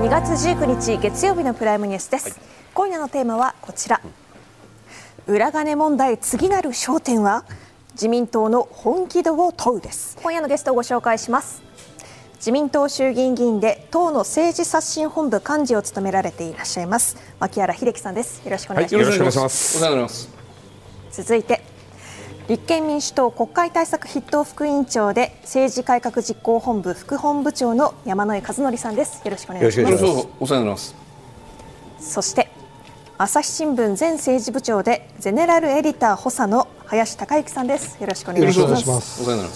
2月19日月曜日のプライムニュースです。今夜のテーマはこちら。裏金問題次なる焦点は自民党の本気度を問うです。今夜のゲストをご紹介します。自民党衆議院議員で党の政治刷新本部幹事を務められていらっしゃいます牧原秀樹さんです。よろしくお願いします。 よろしくお願いします。お世話になります。 続いて立憲民主党国会対策筆頭副委員長で政治改革実行本部副本部長の山井和則さんです。よろしくお願いします。 よろしくお願いします。お世話になります。 そして朝日新聞前政治部長でゼネラルエディター補佐の林孝之さんです。よろしくお願いします。 お世話になります。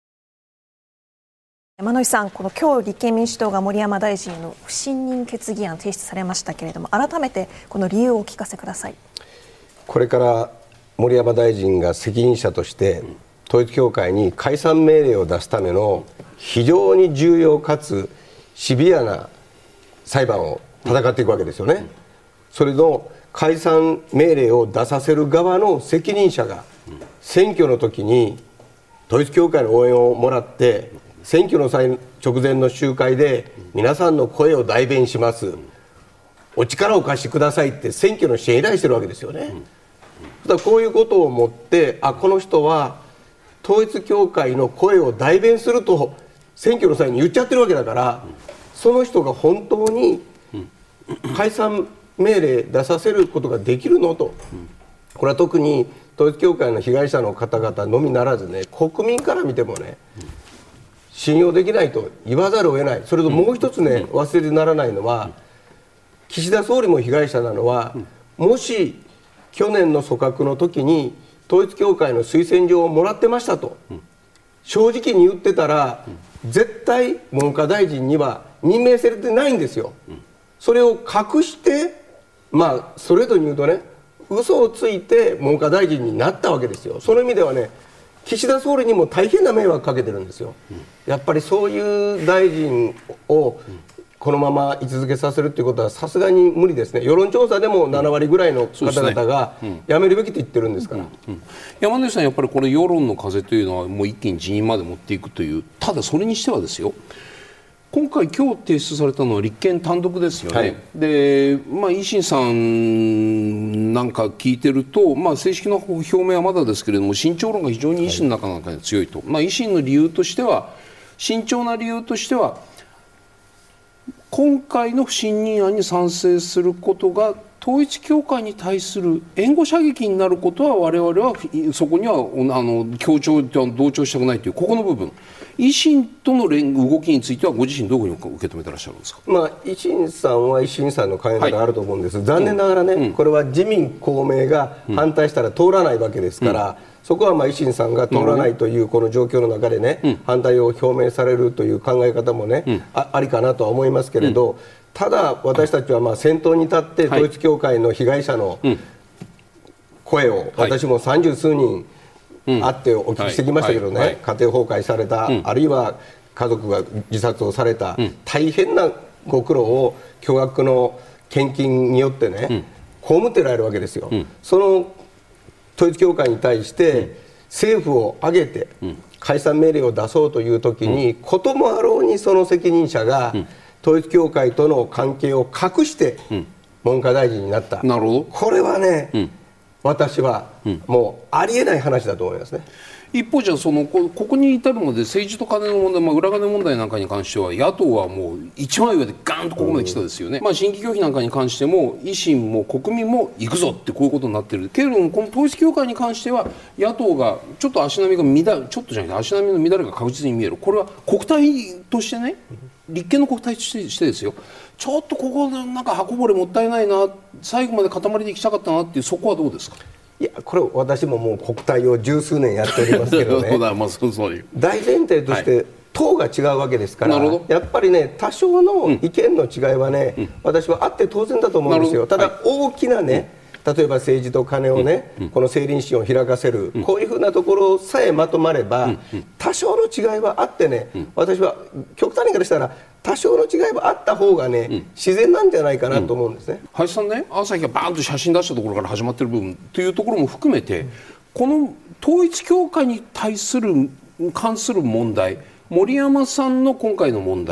山井さん、この今日立憲民主党が森山大臣の不信任決議案提出されましたけれども、改めてこの理由をお聞かせください。 これから森山大臣が責任者として統一教会に解散命令を出すための非常に重要かつシビアな裁判を戦っていくわけですよね。それの解散命令を出させる側の責任者が選挙の時に統一教会の応援をもらって選挙の際直前の集会で皆さんの声を代弁します、お力を貸してくださいって選挙の支援依頼してるわけですよね。だからこういうことをもってこの人は統一教会の声を代弁すると選挙の際に言っちゃってるわけだから、その人が本当に解散命令出させることができるのと、これは特に統一教会の被害者の方々のみならずね、国民から見てもね信用できないと言わざるを得ない。それともう一つね、忘れてならないのは、岸田総理も被害者なのは、もし去年の組閣の時に統一教会の推薦状をもらってましたと正直に言ってたら、絶対文科大臣には任命されてないんですよ。それを隠して、ストレートに言うとね、嘘をついて文科大臣になったわけですよ。その意味ではね、岸田総理にも大変な迷惑かけてるんですよ。やっぱりそういう大臣をこのまま居続けさせるということはさすがに無理ですね。世論調査でも7割ぐらいの方々が辞めるべきと言ってるんですから。 山根さん、やっぱりこれ世論の風というのはもう一気に辞任まで持っていくという。ただそれにしてはですよ、今回今日提出されたのは立憲単独ですよね。はい、で、維新さんなんか聞いてると、正式な表明はまだですけれども、慎重論が非常に維新の中なんかに強いと。維新の理由としては、慎重な理由としては、今回の不信任案に賛成することが統一教会に対する援護射撃になることは、我々はそこには強調同調したくないという、ここの部分、維新との動きについてはご自身どういうふうに受け止めてらっしゃるんですか。 維新さんは維新さんの考え方があると思うんです、残念ながらね、これは自民公明が反対したら通らないわけですから、そこは維新さんが通らないというこの状況の中でね、反対を表明されるという考え方もね、ありかなとは思いますけれど、ただ私たちは先頭に立って統一教会の被害者の声を、私も30数人会ってお聞きしてきましたけどね、家庭崩壊された、あるいは家族が自殺をされた、大変なご苦労を巨額の献金によってね、被ってられるわけですよ。その統一教会に対して政府を挙げて解散命令を出そうというときに、こともあろうにその責任者が統一教会との関係を隠して文科大臣になった。 なるほど。 これはね、私はもうありえない話だと思いますね。 一方、じゃあここに至るまで政治と金の問題、裏金問題なんかに関しては野党はもう一枚上でガーンとここまで来たですよね。新規拒否なんかに関しても維新も国民も行くぞってこういうことになっているけれども、この統一教会に関しては野党がちょっと足並みがちょっとじゃなくて足並みの乱れが確実に見える。これは国体としてね、立憲の国体としてですよ、ちょっとここなんか刃こぼれもったいないな、最後まで塊でいきたかったなっていう、そこはどうですか。 いや、これ私ももう国体を十数年やっておりますけどね大前提として党が違うわけですから、やっぱりね、多少の意見の違いはね、私はあって当然だと思うんですよ。ただ大きなね、例えば政治と金をね、この政倫審を開かせる、こういうふうなところさえまとまれば、多少の違いはあってね、私は極端にからしたら多少の違いはあった方がね、自然なんじゃないかなと思うんですね。 林さんね、朝日がバーンと写真出したところから始まっている部分というところも含めて、この統一教会に関する問題、森山さんの今回の問題、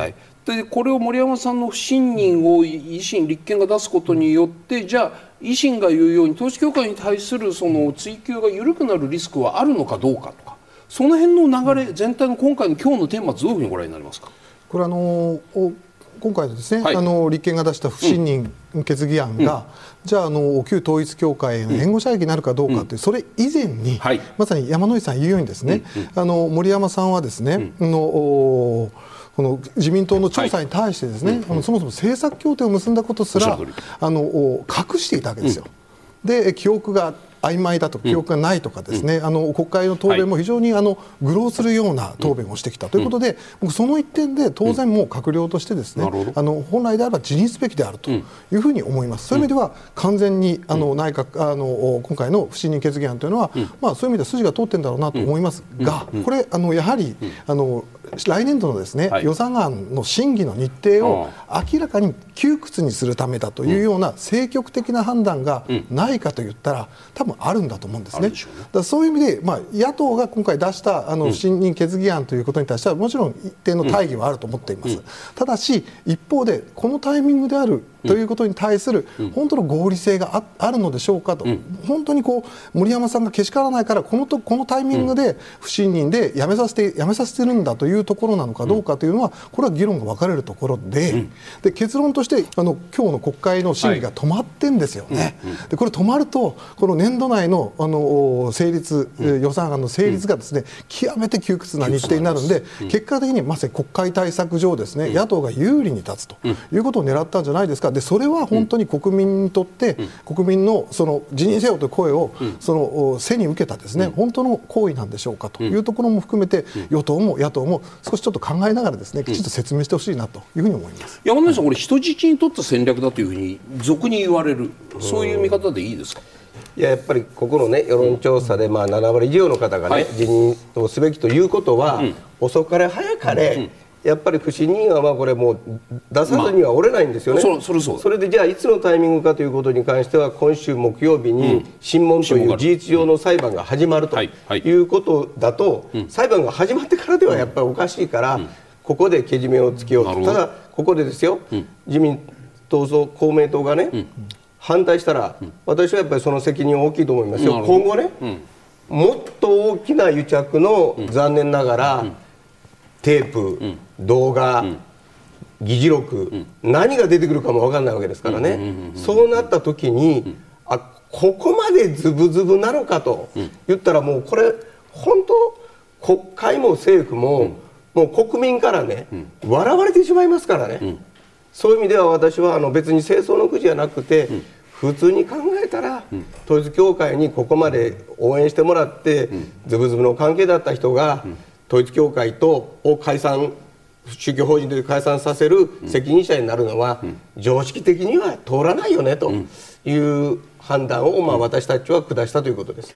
でこれを森山さんの不信任を維新、立憲が出すことによって、じゃあ維新が言うように統一教会に対するその追及が緩くなるリスクはあるのかどうかとか、その辺の流れ全体の今日のテーマはどういうふうにご覧になりますか。 これ今回のですね、立憲が出した不信任決議案が、じゃあ旧統一教会への援護射撃になるかどうかという、それ以前に、まさに山井さん言うようにですね、森山さんはですね、この自民党の調査に対してですね、そもそも政策協定を結んだことすら隠していたわけですよ。で記憶が曖昧だとか記憶がないとかですね、国会の答弁も非常に愚弄するような答弁をしてきたということで、僕その一点で当然もう閣僚としてですね、本来であれば辞任すべきであるというふうに思います。そういう意味では完全に内閣今回の不信任決議案というのは、そういう意味では筋が通っているんだろうなと思いますが、これやはり来年度のですね、予算案の審議の日程を明らかに窮屈にするためだというような政局的な判断がないかといったら多分あるんだと思うんですね。だからそういう意味で、野党が今回出した不信任決議案ということに対してはもちろん一定の大義はあると思っています。ただし一方でこのタイミングであるということに対する本当の合理性があるのでしょうかと、本当に森山さんがけしからないからこのタイミングで不信任でやめさせてるんだというところなのかどうかというのは、これは議論が分かれるところで、結論として今日の国会の審議が止まってんですよね。でこれ止まるとこの年度内の成立、予算案の成立がですね、極めて窮屈な日程になるので、結果的にまさに国会対策上ですね、野党が有利に立つということを狙ったんじゃないですか。でそれは本当に国民にとって、国民のその辞任せよという声を背に受けたですね、本当の行為なんでしょうかというところも含めて、与党も野党も少しちょっと考えながらですね、きちんと説明してほしいなというふうに思います。 山内さん、これ人質にとった戦略だというふうに俗に言われる、そういう見方でいいですか。 やっぱりここのね、世論調査で7割以上の方がね、辞任をすべきということは、遅かれ早かれ、やっぱり不信任案はこれもう出さずには折れないんですよね。それでじゃあいつのタイミングかということに関しては、今週木曜日に審問という事実上の裁判が始まるということだと、裁判が始まってからではやっぱりおかしいから、ここでけじめをつけようと。ただここでですよ、自民党と公明党がね、反対したら、私はやっぱりその責任は大きいと思いますよ。今後ね、もっと大きな癒着の、残念ながらテープ、動画、議事録、何が出てくるかも分からないわけですからね。そうなった時に、ここまでズブズブなのかと言ったら、もうこれ本当国会も政府も、もう国民からね、笑われてしまいますからね。そういう意味では私は別に政争の句じゃなくて、普通に考えたら、統一教会にここまで応援してもらって、ズブズブの関係だった人が、統一教会を解散、宗教法人として解散させる責任者になるのは、常識的には通らないよねという判断を、私たちは下したということです。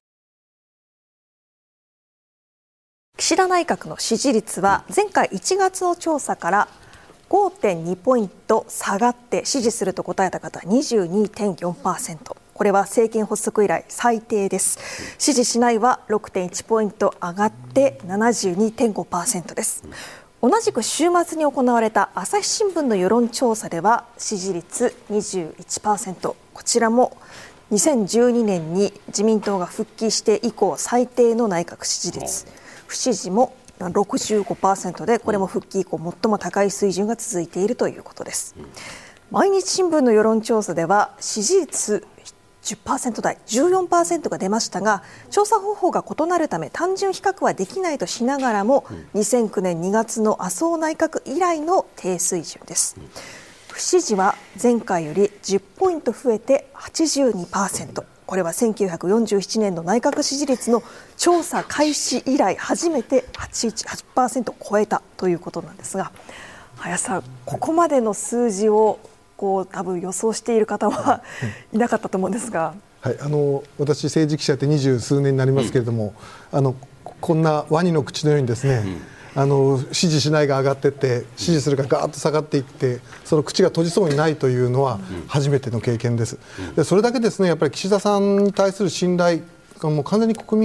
岸田内閣の支持率は前回1月の調査から 5.2 ポイント下がって、支持すると答えた方 22.4%、 これは政権発足以来最低です。支持しないは 6.1 ポイント上がって 72.5% です。同じく週末に行われた朝日新聞の世論調査では支持率 21%、 こちらも2012年に自民党が復帰して以降最低の内閣支持率、不支持も 65% で、これも復帰以降最も高い水準が続いているということです。毎日新聞の世論調査では支持率 10% 台 14% が出ましたが、調査方法が異なるため単純比較はできないとしながらも、2009年2月の麻生内閣以来の低水準です。不支持は前回より10ポイント増えて 82%、これは1947年の内閣支持率の調査開始以来初めて 8% を超えたということなんですが、林さん、ここまでの数字を多分予想している方はいなかったと思うんですが、 はい、私政治記者って20数年になりますけれども、こんなワニの口のようにですね、支持しないが上がっていって支持するがガーッと下がっていって、その口が閉じそうにないというのは初めての経験です。でそれだけですね、やっぱり岸田さんに対する信頼がもう完全に国民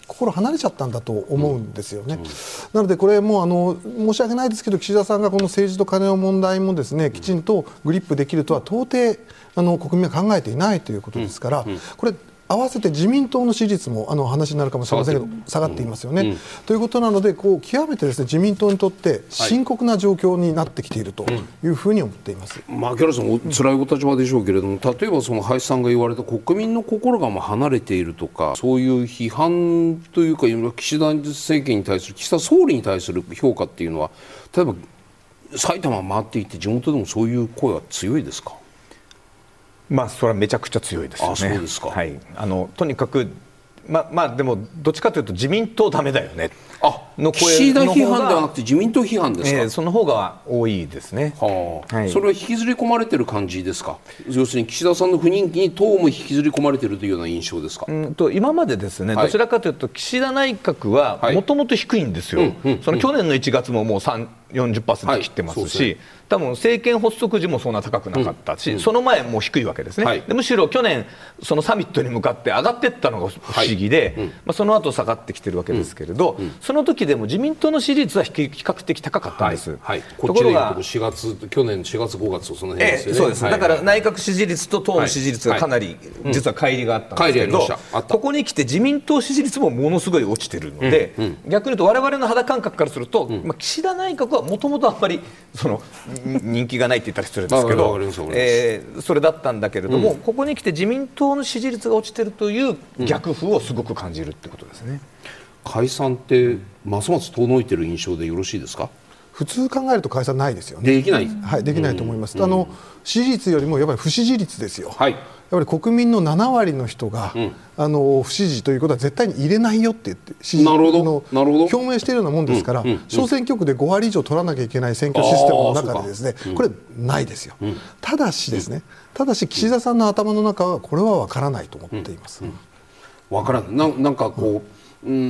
心離れちゃったんだと思うんですよね。なのでこれも申し訳ないですけど、岸田さんがこの政治と金の問題もですね、きちんとグリップできるとは到底国民は考えていないということですから、これ合わせて自民党の支持率も話になるかもしれませんけど下がっていますよね。ということなので極めてですね、自民党にとって深刻な状況になってきているというふうに思っています。 牧原さんお辛いお立場でしょうけれども、例えばその林さんが言われた国民の心が離れているとか、そういう批判というか岸田政権に対する、岸田総理に対する評価っていうのは、例えば埼玉回っていって地元でもそういう声は強いですか？ それはめちゃくちゃ強いですよね。 そうですか。 はい、とにかくでもどっちかというと自民党ダメだよねの声岸田批判ではなくて自民党批判ですか？ その方が多いですね。 はい、それは引きずり込まれている感じですか？要するに岸田さんの不人気に党も引きずり込まれているというような印象ですか？ 今までですね、どちらかというと岸田内閣はもともと低いんですよ。その去年の1月ももう40% 切ってますし、多分政権発足時もそんな高くなかったし、その前も低いわけですね。でむしろ去年そのサミットに向かって上がっていったのが不思議で、その後下がってきてるわけですけれど、その時でも自民党の支持率は比較的高かったんです。 こっちでいうと去年4月5月その辺ですよね。 そうです。だから内閣支持率と党の支持率がかなり実は乖離があったんですけど、ここに来て自民党支持率もものすごい落ちてるので、逆に言うと我々の肌感覚からすると、岸田内閣はもともとあんまりその人気がないって言ったら失礼ですけど、それだったんだけれども、ここに来て自民党の支持率が落ちてるという逆風をすごく感じるってことですね。 解散ってますます遠のいている印象でよろしいですか？ 普通考えると解散ないですよね。 できない、 はい、できないと思います。支持率よりもやっぱり不支持率ですよ。やっぱり国民の7割の人が、不支持ということは絶対に入れないよって言って支持表明しているようなもんですから、小選挙区で5割以上取らなきゃいけない選挙システムの中でですね、これないですよ。ただしですね、岸田さんの頭の中はこれは分からないと思っています。 分からない。なんかこう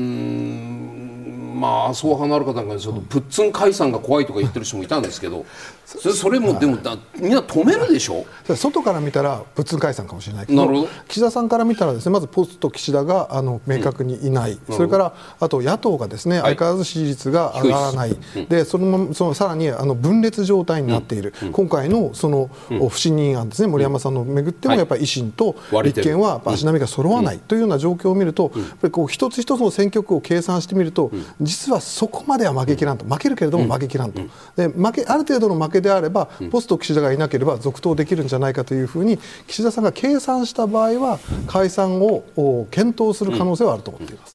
麻生派のある方なんかにプッツン解散が怖いとか言ってる人もいたんですけど、それもでもみんな止めるでしょ。 外から見たらプッツン解散かもしれないけど、岸田さんから見たらですね、まずポスト岸田が明確にいない、それからあと野党がですね、相変わらず支持率が上がらない、でそのさらに分裂状態になっている、今回のその不信任案ですね、森山さんのめぐってもやっぱり維新と立憲は足並みが揃わないというような状況を見ると、やっぱり一つ一つの選挙区を計算してみると、実はそこまでは負けきらんと、負けるけれども負けきらんと、である程度の負けであれば、ポスト岸田がいなければ続投できるんじゃないかというふうに岸田さんが計算した場合は解散を検討する可能性はあると思っています。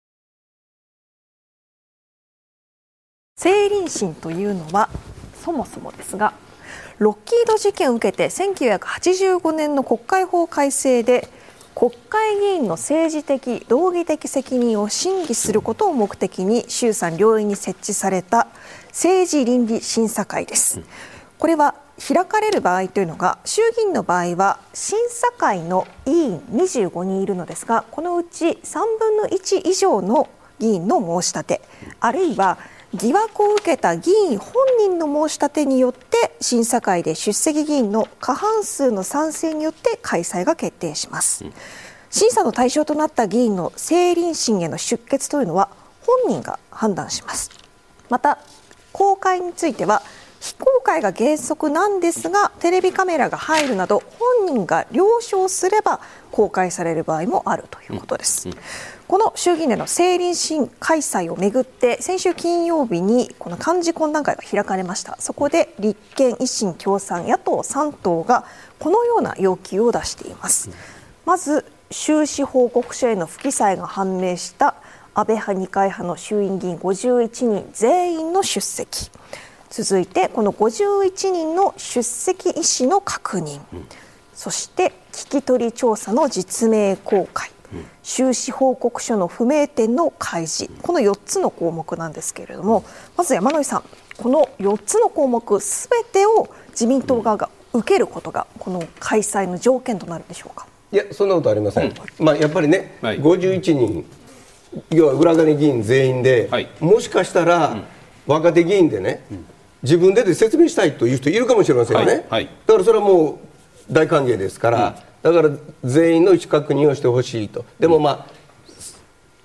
政倫審というのはそもそもですが、ロッキード事件を受けて1985年の国会法改正で国会議員の政治的・道義的責任を審議することを目的に衆参両院に設置された政治倫理審査会です。これは開かれる場合というのが、衆議院の場合は審査会の委員25人いるのですが、このうち3分の1以上の議員の申し立て、あるいは疑惑を受けた議員本人の申し立てによって審査会で出席議員の過半数の賛成によって開催が決定します。審査の対象となった議員の政倫審への出欠というのは本人が判断します。また公開については非公開が原則なんですが、テレビカメラが入るなど本人が了承すれば公開される場合もあるということです。この衆議院での政倫審開催をめぐって先週金曜日にこの幹事懇談会が開かれました。そこで立憲、維新、共産、野党3党がこのような要求を出しています。まず収支報告書への不記載が判明した安倍派二階派の衆院議員51人全員の出席、続いてこの51人の出席意思の確認、そして聞き取り調査の実名公開、収支報告書の不明点の開示、この4つの項目なんですけれども、まず山野井さん、この4つの項目すべてを自民党側が受けることがこの開催の条件となるでしょうか。 いや、そんなことありません。やっぱりね、51人要は裏金議員全員で、もしかしたら若手議員でね、自分で説明したいという人いるかもしれませんよね。だからそれはもう大歓迎ですから、だから全員の意思確認をしてほしいと。でも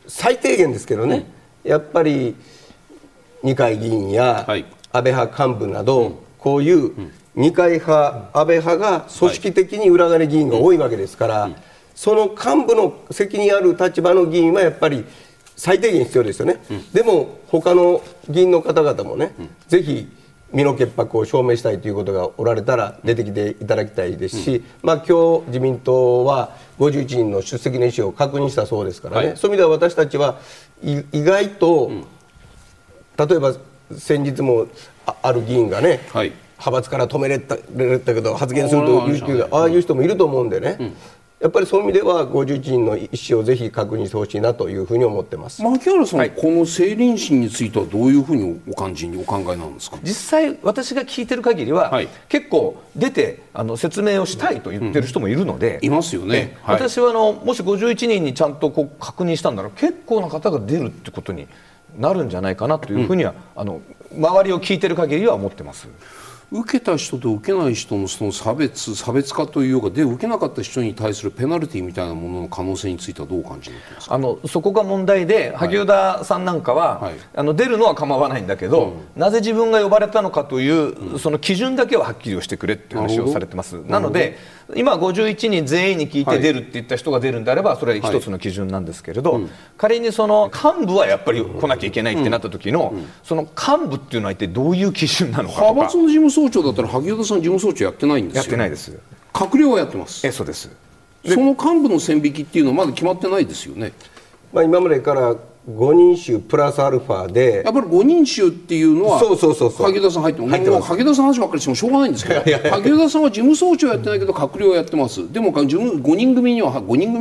最低限ですけどね、やっぱり二階議員や安倍派幹部など、こういう二階派、安倍派が組織的に裏金議員が多いわけですから、その幹部の責任ある立場の議員はやっぱり最低限必要ですよね。でも他の議員の方々もね、ぜひ身の潔白を証明したいということがおられたら出てきていただきたいですし、今日自民党は51人の出席の意思を確認したそうですからね、そういう意味では私たちは意外と、例えば先日もある議員がね、派閥から止められたけど発言するという人、ああいう人もいると思うんでね、やっぱりそういう意味では51人の意思をぜひ確認してほしいなというふうに思ってます。 牧原さん、この政倫審についてはどういうふうにお考えなんですか。 実際私が聞いてる限りは、結構出て説明をしたいと言ってる人もいるので、 いますよね。 私はもし51人にちゃんと確認したんなら結構な方が出るってことになるんじゃないかなというふうには、周りを聞いてる限りは思ってます。 受けた人と受けない人のその差別化というかで、受けなかった人に対するペナルティみたいなものの可能性についてはどう感じますか。 そこが問題で、萩生田さんなんかは、出るのは構わないんだけど、なぜ自分が呼ばれたのかという、その基準だけははっきりしてくれっていう話をされてます。なので今51人全員に聞いて出るって言った人が出るんであれば、それは一つの基準なんですけれど、仮にその幹部はやっぱり来なきゃいけないってなった時の、その幹部っていうのは一体どういう基準なのかとか。 派閥の事務総長だったら萩生田さん事務総長やってないんですよ。 やってないです。 閣僚はやってます。 そうです。 その幹部の線引きっていうのはまだ決まってないですよね。 今までから5人衆プラスアルファで、 やっぱり5人衆っていうのは萩生田さん入ってます。もう萩生田さんの話ばっかりしてもしょうがないんですけど、萩生田さんは事務総長やってないけど閣僚やってます。でも5人組には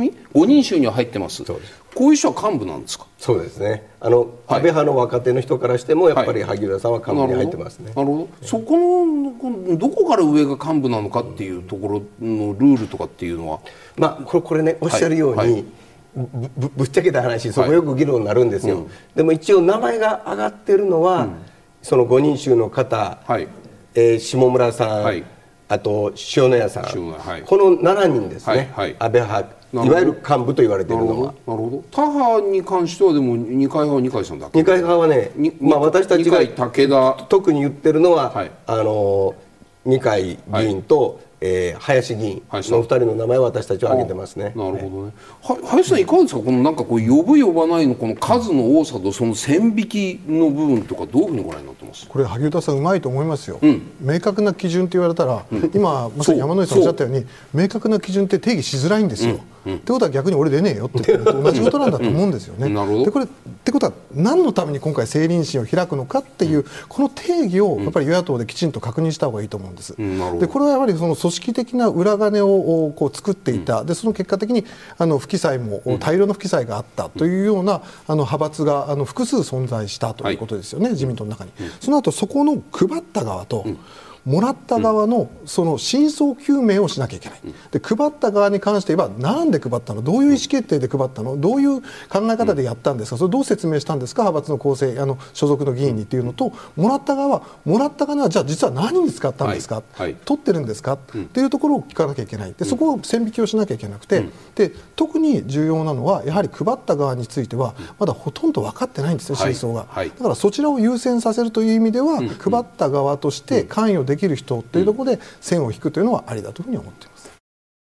5人衆には入ってます。こういう人は幹部なんですか。 そうですね。安倍派の若手の人からしてもやっぱり萩生田さんは幹部に入ってますね。 なるほど。そこのどこから上が幹部なのかっていうところのルールとかっていうのは、 これね、おっしゃるように、ぶっちゃけた話、そこよく議論になるんですよ。でも一応名前が挙がってるのは、その5人衆の方、下村さん、あと塩谷さん、この7人ですね、安倍派、いわゆる幹部と言われているのは。 なるほど。他派に関してはでも二階派は二階さんだけ。 二階派はね、私たちが特に言ってるのは、二階議員と林議員の2人の名前を私たちは挙げてますね。 なるほどね。林さんいかがですか。このなんか呼ぶ呼ばないのこの数の多さとその線引きの部分とかどういうふうにご覧になってます。 これ萩生田さんうまいと思いますよ。明確な基準って言われたら、今まさに山野井さんおっしゃったように明確な基準って定義しづらいんですよ。ってことは逆に俺出ねえよって言うと同じことなんだと思うんですよね。でこれってことは何のために今回政倫審を開くのかっていうこの定義をやっぱり与野党できちんと確認した方がいいと思うんです。でこれはやはりその組織的な裏金を作っていた。でその結果的に不記載も大量の不記載があったというような派閥が複数存在したということですよね、自民党の中に。その後そこの配った側ともらった側のその真相究明をしなきゃいけない。で配った側に関して言えばなんで配ったの、どういう意思決定で配ったの、どういう考え方でやったんですか、それどう説明したんですか、派閥の構成所属の議員にっていうのと、もらった側はじゃあ実は何に使ったんですか、取ってるんですかっていうところを聞かなきゃいけない。でそこを線引きをしなきゃいけなくて、で特に重要なのはやはり配った側についてはまだほとんど分かってないんですね、真相が。だからそちらを優先させるという意味では、配った側として関与できる人というところで線を引くというのはありだというふうに思っています。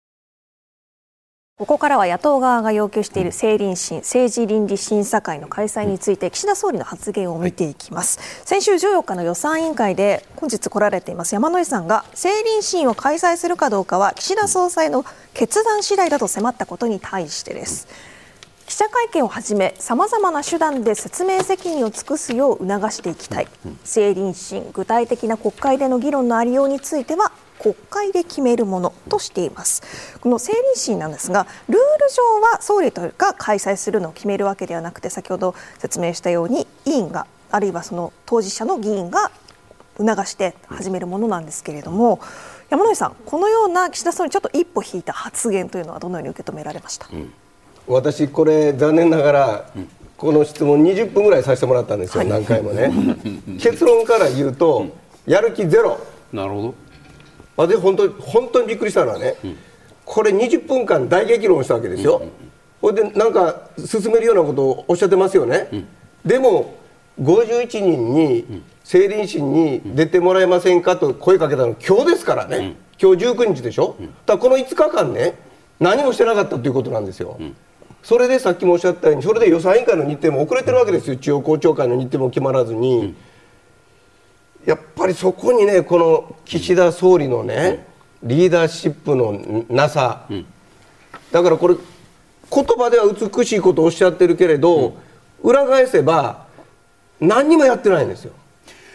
ここからは野党側が要求している政倫審、政治倫理審査会の開催について岸田総理の発言を見ていきます。先週14日の予算委員会で本日来られています山野井さんが政倫審を開催するかどうかは岸田総裁の決断次第だと迫ったことに対してです。記者会見をはじめさまざまな手段で説明責任を尽くすよう促していきたい。政倫審、具体的な国会での議論のありようについては国会で決めるものとしています。この政倫審なんですが、ルール上は総理が開催するのを決めるわけではなくて、先ほど説明したように委員があるいはその当事者の議員が促して始めるものなんですけれども、山野井さん、このような岸田総理ちょっと一歩引いた発言というのはどのように受け止められました。 私これ残念ながらこの質問20分ぐらいさせてもらったんですよ、何回もね。結論から言うと、やる気ゼロ。 なるほど。 私本当にびっくりしたのはね、これ20分間大激論したわけですよ。 ほいでなんか進めるようなことをおっしゃってますよね、でも51人に政倫審に出てもらえませんかと声かけたの今日ですからね、今日19日でしょ、だからこの5日間ね何もしてなかったということなんですよ、それでさっきもおっしゃったようにそれで予算委員会の日程も遅れてるわけですよ、中央公聴会の日程も決まらずに、やっぱりそこにねこの岸田総理のねリーダーシップのなさ、だからこれ言葉では美しいことをおっしゃってるけれど、裏返せば何にもやってないんですよ。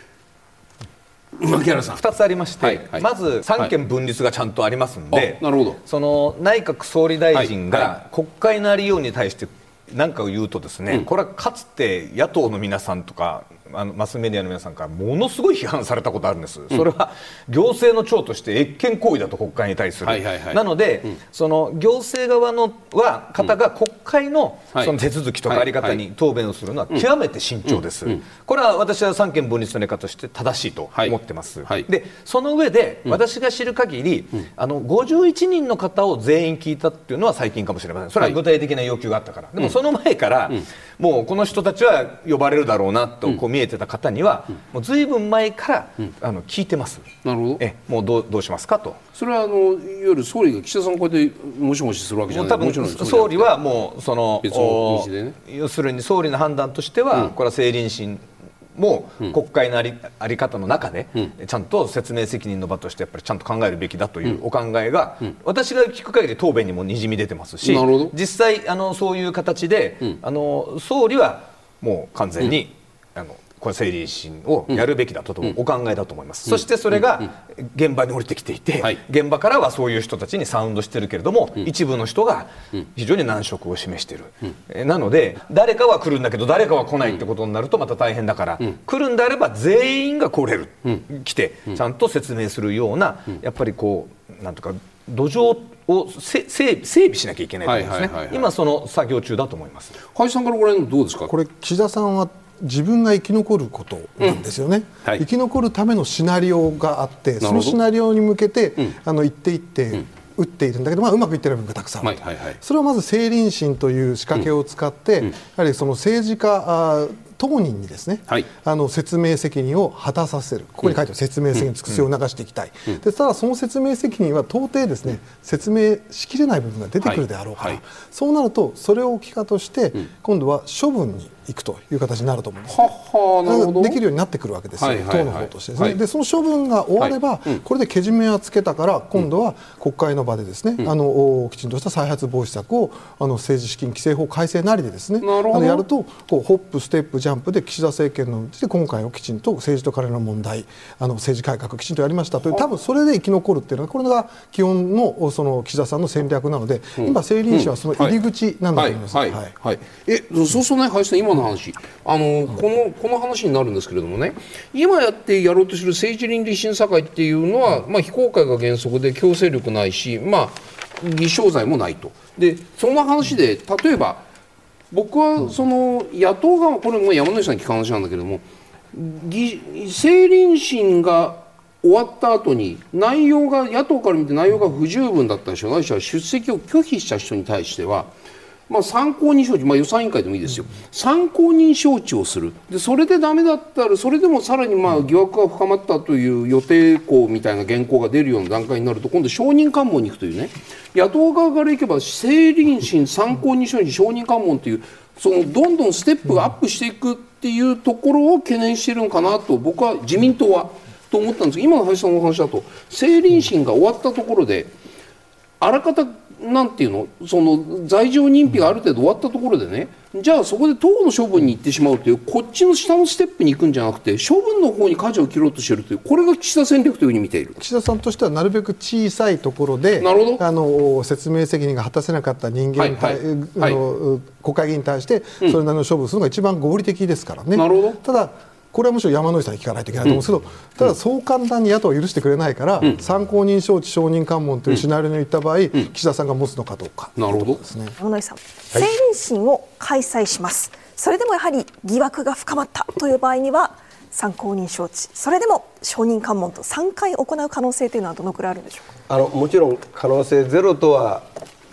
牧原さん 2つありまして、まず三権分立がちゃんとありますんで、 なるほど。 その内閣総理大臣が国会のありように対して何かを言うとですね、これはかつて野党の皆さんとかマスメディアの皆さんからものすごい批判されたことあるんです、それは行政の長として越権行為だと国会に対する、なので、その行政側の方が国会のその手続きとかあり方に答弁をするのは極めて慎重です、これは私は三権分立のやり方として正しいと思ってます、でその上で私が知る限り、51人の方を全員聞いたっていうのは最近かもしれません、それは具体的な要求があったから、でもその前から、もうこの人たちは呼ばれるだろうなとこう見えてた方には、もうずいぶん前から、聞いてます。 なるほど。 もうどうしますかと。 それはいわゆる総理が岸田さんをこうやってもしもしするわけじゃない。 多分総理はもうその、 ね、 要するに総理の判断としては、これは政倫審も国会のあり方の中で、ちゃんと説明責任の場としてやっぱりちゃんと考えるべきだというお考えが、私が聞く限り答弁にもにじみ出てますし、実際そういう形で、総理はもう完全に、これ政倫審をやるべきだとお考えだと思います、そしてそれが現場に降りてきていて、現場からはそういう人たちにサウンドしてるけれども、一部の人が非常に難色を示している、なので誰かは来るんだけど誰かは来ないってことになるとまた大変だから、来るんであれば全員が来れる、来てちゃんと説明するような、やっぱりこうなんとか土壌を整備しなきゃいけないと思いますね。今その作業中だと思います。 林さんからご覧にどうですか。 これ岸田さんは自分が生き残ることなんですよね、生き残るためのシナリオがあって、そのシナリオに向けて、一手一手打っているんだけど、うまくいってない部分がたくさんある、それはまず政倫審という仕掛けを使って、やはりその政治家当人にですね、説明責任を果たさせる、ここに書いてある説明責任を尽くすよう促していきたい、でただその説明責任は到底ですね説明しきれない部分が出てくるであろうから、そうなるとそれを機会として、今度は処分に行くという形になると思うんです、できるようになってくるわけですよ、党の方としてですね、でその処分が終われば、これでけじめはつけたから、今度は国会の場でですね、きちんとした再発防止策を政治資金規正法改正なりでですねやると、こうホップステップジャンプで岸田政権のうちで今回をきちんと政治と金の問題、政治改革きちんとやりましたという、多分それで生き残るっていうのは、これが基本のその岸田さんの戦略なので、今政倫審はその入り口なんだと思います。 そうするとね、林さん今の話、この話になるんですけれどもね、今やろうとする政治倫理審査会っていうのは、非公開が原則で強制力ないし、偽証罪もないと。でその話で例えば僕はその野党側、これも山野井さんに聞く話なんだけれども、政倫審が終わった後に内容が野党から見て内容が不十分だった人ないしは出席を拒否した人に対しては、参考人招致、予算委員会でもいいですよ、参考人招致をする、でそれでダメだったらそれでもさらに疑惑が深まったという予定項みたいな原稿が出るような段階になると、今度証人喚問に行くというね、野党側からいけば政倫審、参考人招致、証人喚問という、そのどんどんステップがアップしていくっていうところを懸念しているのかなと、僕は自民党はと思ったんですけど、今の林さんのお話だと政倫審が終わったところであらかたなんていうの、その罪状認否がある程度終わったところでね、じゃあそこで党の処分に行ってしまうという、こっちの下のステップに行くんじゃなくて処分の方に舵を切ろうとしているという、これが岸田戦略というふうに見ている。 岸田さんとしてはなるべく小さいところで説明責任が果たせなかった人間に国会議員に対してそれなりの処分するのが一番合理的ですからね。ただこれはむしろ山野井さんに聞かないといけないと思うんですけど、ただそう簡単に野党は許してくれないから、参考人招致、証人喚問というシナリオに言った場合、岸田さんが持つのかどうか。 なるほど。 山野井さん、政倫審を開催します、それでもやはり疑惑が深まったという場合には参考人招致、それでも証人喚問と3回行う可能性というのはどのくらいあるんでしょうか。 もちろん可能性ゼロとは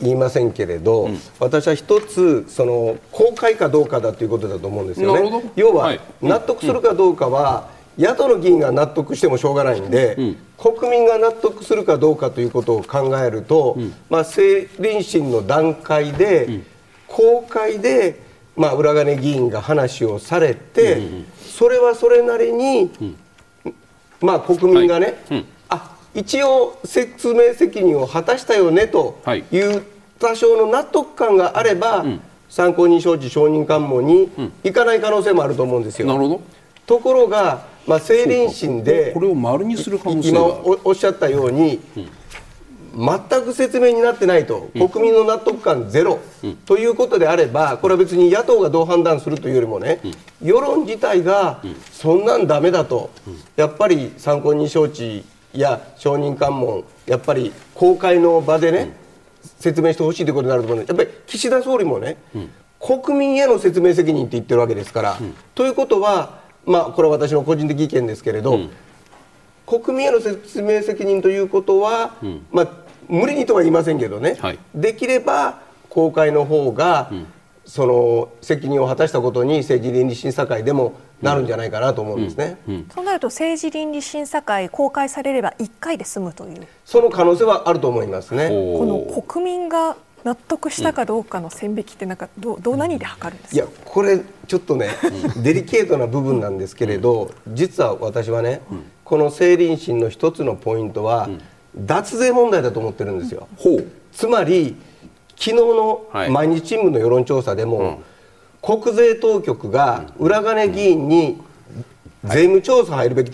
言いませんけれど、私は一つその公開かどうかだということだと思うんですよね。要は納得するかどうかは野党の議員が納得してもしょうがないんで、国民が納得するかどうかということを考えると、政倫審の段階で、公開で、裏金議員が話をされて、それはそれなりに、国民がね、一応説明責任を果たしたよねという多少の納得感があれば、参考人招致証人喚問に行かない可能性もあると思うんですよ。 なるほど。 ところが、政倫審でこれを丸にする可能性が今おっしゃったように、全く説明になってないと、国民の納得感ゼロ、ということであれば、これは別に野党がどう判断するというよりもね、世論自体がそんなんダメだと、やっぱり参考人招致や証人喚問、やっぱり公開の場でね、説明してほしいということになると思うので、やっぱり岸田総理もね、国民への説明責任って言ってるわけですから、ということは、これは私の個人的意見ですけれど、国民への説明責任ということは、無理にとは言いませんけどね、できれば公開の方が、その責任を果たしたことに政治倫理審査会でもなるんじゃないかなと思うんですね。 そうなると政治倫理審査会公開されれば1回で済むという、 その可能性はあると思いますね。 この国民が納得したかどうかの線引きって何で測るんですか。 いや、これちょっとねデリケートな部分なんですけれど、実は私はね、この政倫審の一つのポイントは、脱税問題だと思ってるんですよ。つまり昨日の毎日新聞の世論調査でも、国税当局が裏金議員に税務調査入るべきって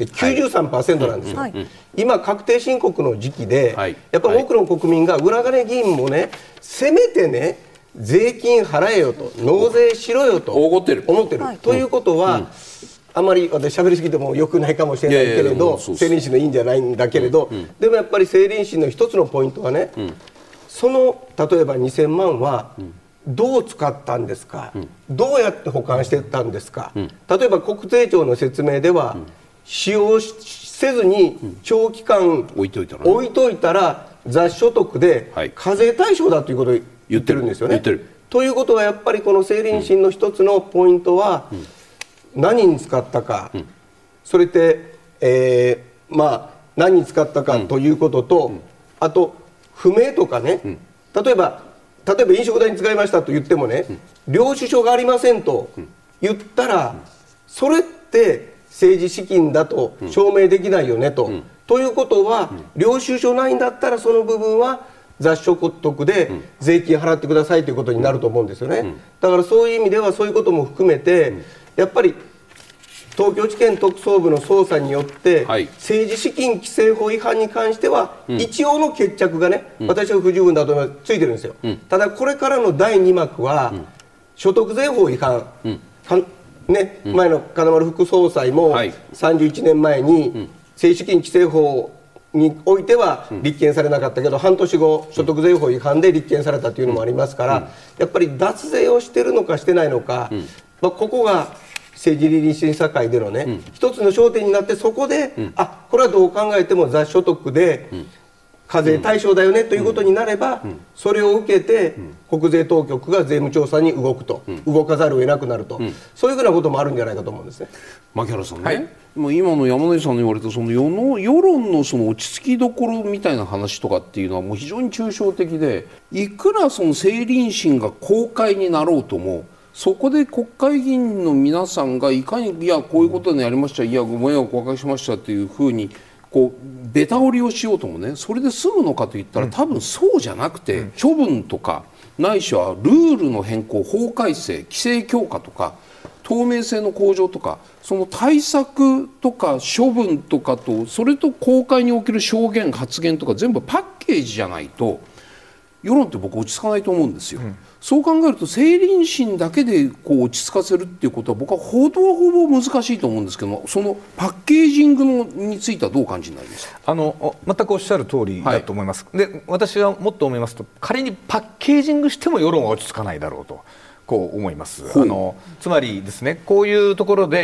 93% なんですよ。今確定申告の時期で、やっぱり多くの国民が裏金議員もね、せめてね税金払えよと、納税しろよと思ってる。ということは、あまり私喋りすぎてもよくないかもしれないけれど、政倫審のいいんじゃないんだけれど、でもやっぱり政倫審の一つのポイントはね、その例えば2000万はどう使ったんですか、どうやって保管していったんですか、例えば国税庁の説明では、使用せずに長期間置いといたら雑所得で課税対象だということを言ってるんですよね。ということはやっぱりこの政倫審の一つのポイントは、何に使ったか、それって何に使ったかということと、あと不明とかね、例えば飲食代に使いましたと言ってもね、領収書がありませんと言ったら、それって政治資金だと証明できないよねと。ということは、領収書ないんだったらその部分は雑所得で税金払ってくださいということになると思うんですよね。だからそういう意味ではそういうことも含めて、やっぱり東京地検特捜部の捜査によって、政治資金規正法違反に関しては、一応の決着がね、私は不十分だと思います、ついてるんですよ。ただこれからの第2幕は、所得税法違反、前の金丸副総裁も31年前に政治資金規正法においては立件されなかったけど、半年後所得税法違反で立件されたというのもありますから、やっぱり脱税をしてるのかしてないのか、ここが政治倫理審査会でのね、一つの焦点になって、そこで、これはどう考えても雑所得で課税対象だよねということになれば、それを受けて国税当局が税務調査に動かざるを得なくなると、そういうふうなこともあるんじゃないかと思うんですね。 牧原さんね、今の山野井さんの言われたその世論のその落ち着きどころみたいな話とかっていうのはもう非常に抽象的で、いくらその政倫審が公開になろうとも、そこで国会議員の皆さんがいかにこういうことにやりました、ご迷惑をおかけしましたっていうふうにベタ折りをしようともね、それで済むのかといったら多分そうじゃなくて、処分とかないしはルールの変更、法改正、規制強化とか透明性の向上とか、その対策とか処分とかと、それと公開における証言発言とか全部パッケージじゃないと世論って僕落ち着かないと思うんですよ。そう考えると政倫審だけで落ち着かせるっていうことは僕はほぼ難しいと思うんですけど、そのパッケージングについてはどう感じになりますか。 全くおっしゃる通りだと思います。で、私はもっと思いますと、仮にパッケージングしても世論は落ち着かないだろうと思います。つまりですね、こういうところで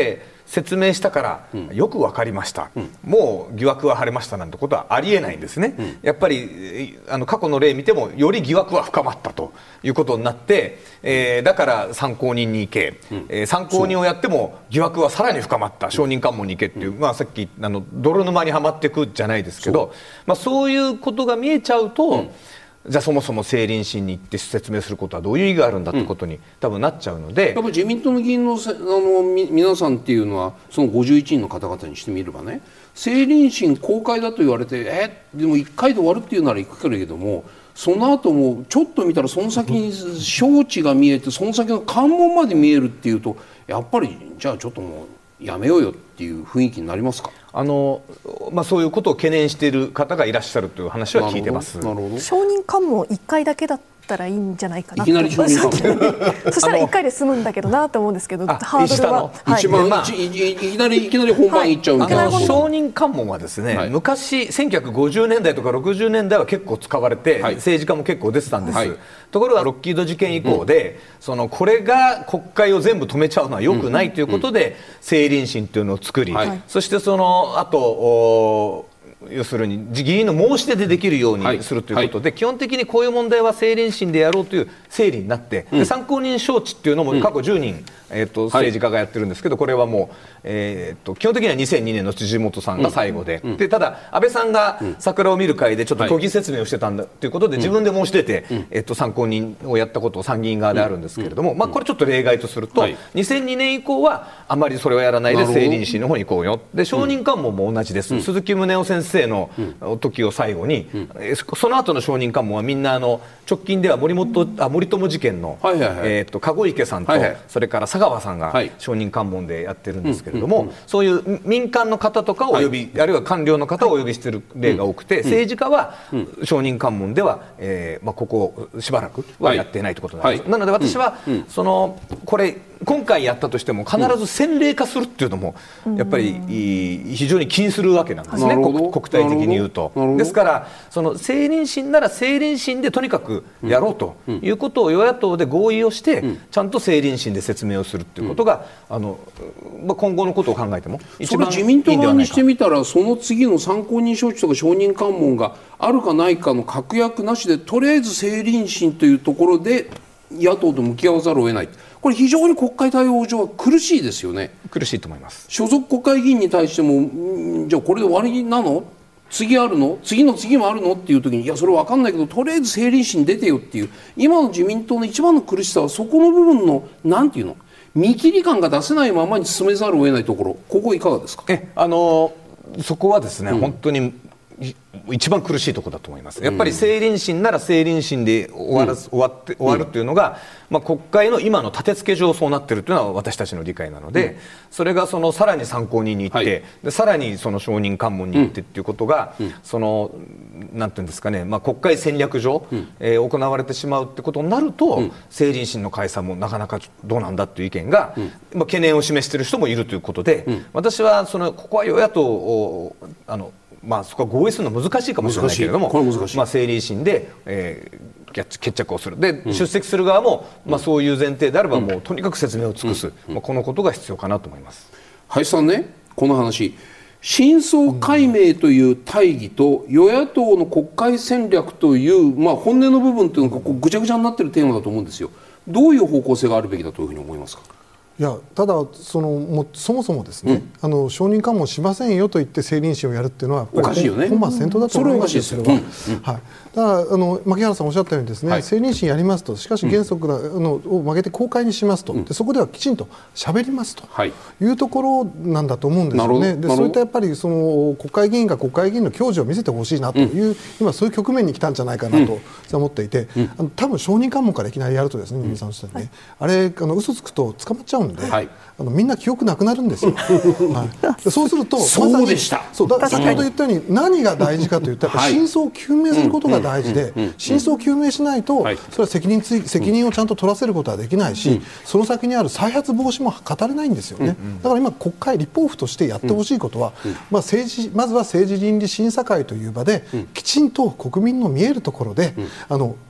説明したから、よく分かりました、もう疑惑は晴れましたなんてことはありえないんですね、やっぱり過去の例見てもより疑惑は深まったということになって、だから参考人に行け、参考人をやっても疑惑はさらに深まった、証人喚問に行けっていう、さっき泥沼にはまっていくじゃないですけど、そういうことが見えちゃうと、じゃあそもそも政倫審に行って説明することはどういう意義があるんだってことに多分なっちゃうので、 やっぱり自民党の議員の皆さんっていうのはその51人の方々にしてみればね、政倫審公開だと言われてでも1回で終わるっていうなら行くけれども、その後もちょっと見たらその先に招致が見えてその先の関門まで見えるっていうと、やっぱりじゃあちょっともうやめようよっていう雰囲気になりますか。 そういうことを懸念している方がいらっしゃるという話は聞いてます。 承認喚問1回だけだったらいいんじゃないかな、 いきなり承認喚問そしたら1回で済むんだけどなと思うんですけど、ハードルは、 一番、いきなり本番いっちゃうみたいな、 承認喚問はですね、昔1950年代とか60年代は結構使われて、政治家も結構出てたんです、ところがロッキード事件以降で、これが国会を全部止めちゃうのは良くないということで、政倫審というのを作り、そしてあと要するに議員の申し出でできるようにするということで、基本的にこういう問題は政倫審でやろうという整理になって、で参考人招致っていうのも過去10人、政治家がやってるんですけど、これはもう、基本的には2002年の辻元さんが最後で、ただ安倍さんが桜を見る会でちょっと虚偽説明をしてたんだということで、自分で申し出て、参考人をやったことを参議院側であるんですけれども、これちょっと例外とすると、2002年以降はあまりそれをやらないで政倫審の方に行こうよ。で証人喚問も同じです、鈴木宗男先生の時を最後に、その後の証人喚問はみんな直近では森友事件の籠池さんと、それから佐川さんが証人喚問でやってるんですけれども、そういう民間の方とかをお呼び、あるいは官僚の方をお呼びしている例が多くて、政治家は証人喚問では、ここしばらくはやっていないということなんです。なので私はこれ今回やったとしても必ず先例化するっていうのもやっぱり非常に気にするわけなんですね、国体的に言うと。ですから政倫審なら政倫審でとにかくやろうということを与野党で合意をして、ちゃんと政倫審で説明をするということが今後のことを考えても一番いいんではないか。 それ自民党側にしてみたら、その次の参考人招致とか証人喚問があるかないかの確約なしで、とりあえず政倫審というところで野党と向き合わざるを得ない。これ非常に国会対応上は苦しいですよね。 苦しいと思います。 所属国会議員に対しても、じゃあこれで終わりなの、次あるの、次の次もあるのっていう時に、いやそれ分かんないけどとりあえず政倫審出てよっていう、今の自民党の一番の苦しさはそこの部分のなんていうの、見切り感が出せないままに進めざるを得ないところ、ここいかがですか。 そこはですね、本当に一番苦しいところだと思います。やっぱり政倫審なら政倫審で終わるというのが、国会の今の立て付け上そうなっているというのは私たちの理解なので、それがさらに参考人に行って、でさらに証人喚問に行ってということが、なんていうんですかね、国会戦略上、行われてしまうってことになると、政倫審の解散もなかなかどうなんだという意見が、懸念を示している人もいるということで、私はここは与野党をそこは合意するのは難しいかもしれないけれども、政倫審で、決着をする。で、出席する側も、そういう前提であれば、もうとにかく説明を尽くす、このことが必要かなと思います。 林さんね、この話、真相解明という大義と与野党の国会戦略という、本音の部分というのがぐちゃぐちゃになっているテーマだと思うんですよ。どういう方向性があるべきだというふうに思いますか。 いや、ただそもそもですね、証人喚問しませんよと言って政倫審をやるっていうのはおかしいよね。 本末転倒だと思いますよ。それは、だから牧原さんおっしゃったようにですね、政倫審やりますと、しかし原則を曲げて公開にしますと、でそこではきちんと喋りますというところなんだと思うんですよね。でそういったやっぱり国会議員が国会議員の矜持を見せてほしいなという、今そういう局面に来たんじゃないかなと思っていて、多分証人喚問からいきなりやるとですね、皆さんおっしゃったようにね、あれ嘘つくと捕まっちゃうんで、みんな記憶なくなるんですよ。そうするとそうでした。 先ほど言ったように何が大事かといったら、真相を究明することが大事で、真相を究明しないと、それは責任をちゃんと取らせることはできないし、その先にある再発防止も語れないんですよね。だから今国会立法府としてやってほしいことは、まずは政治倫理審査会という場で、きちんと国民の見えるところで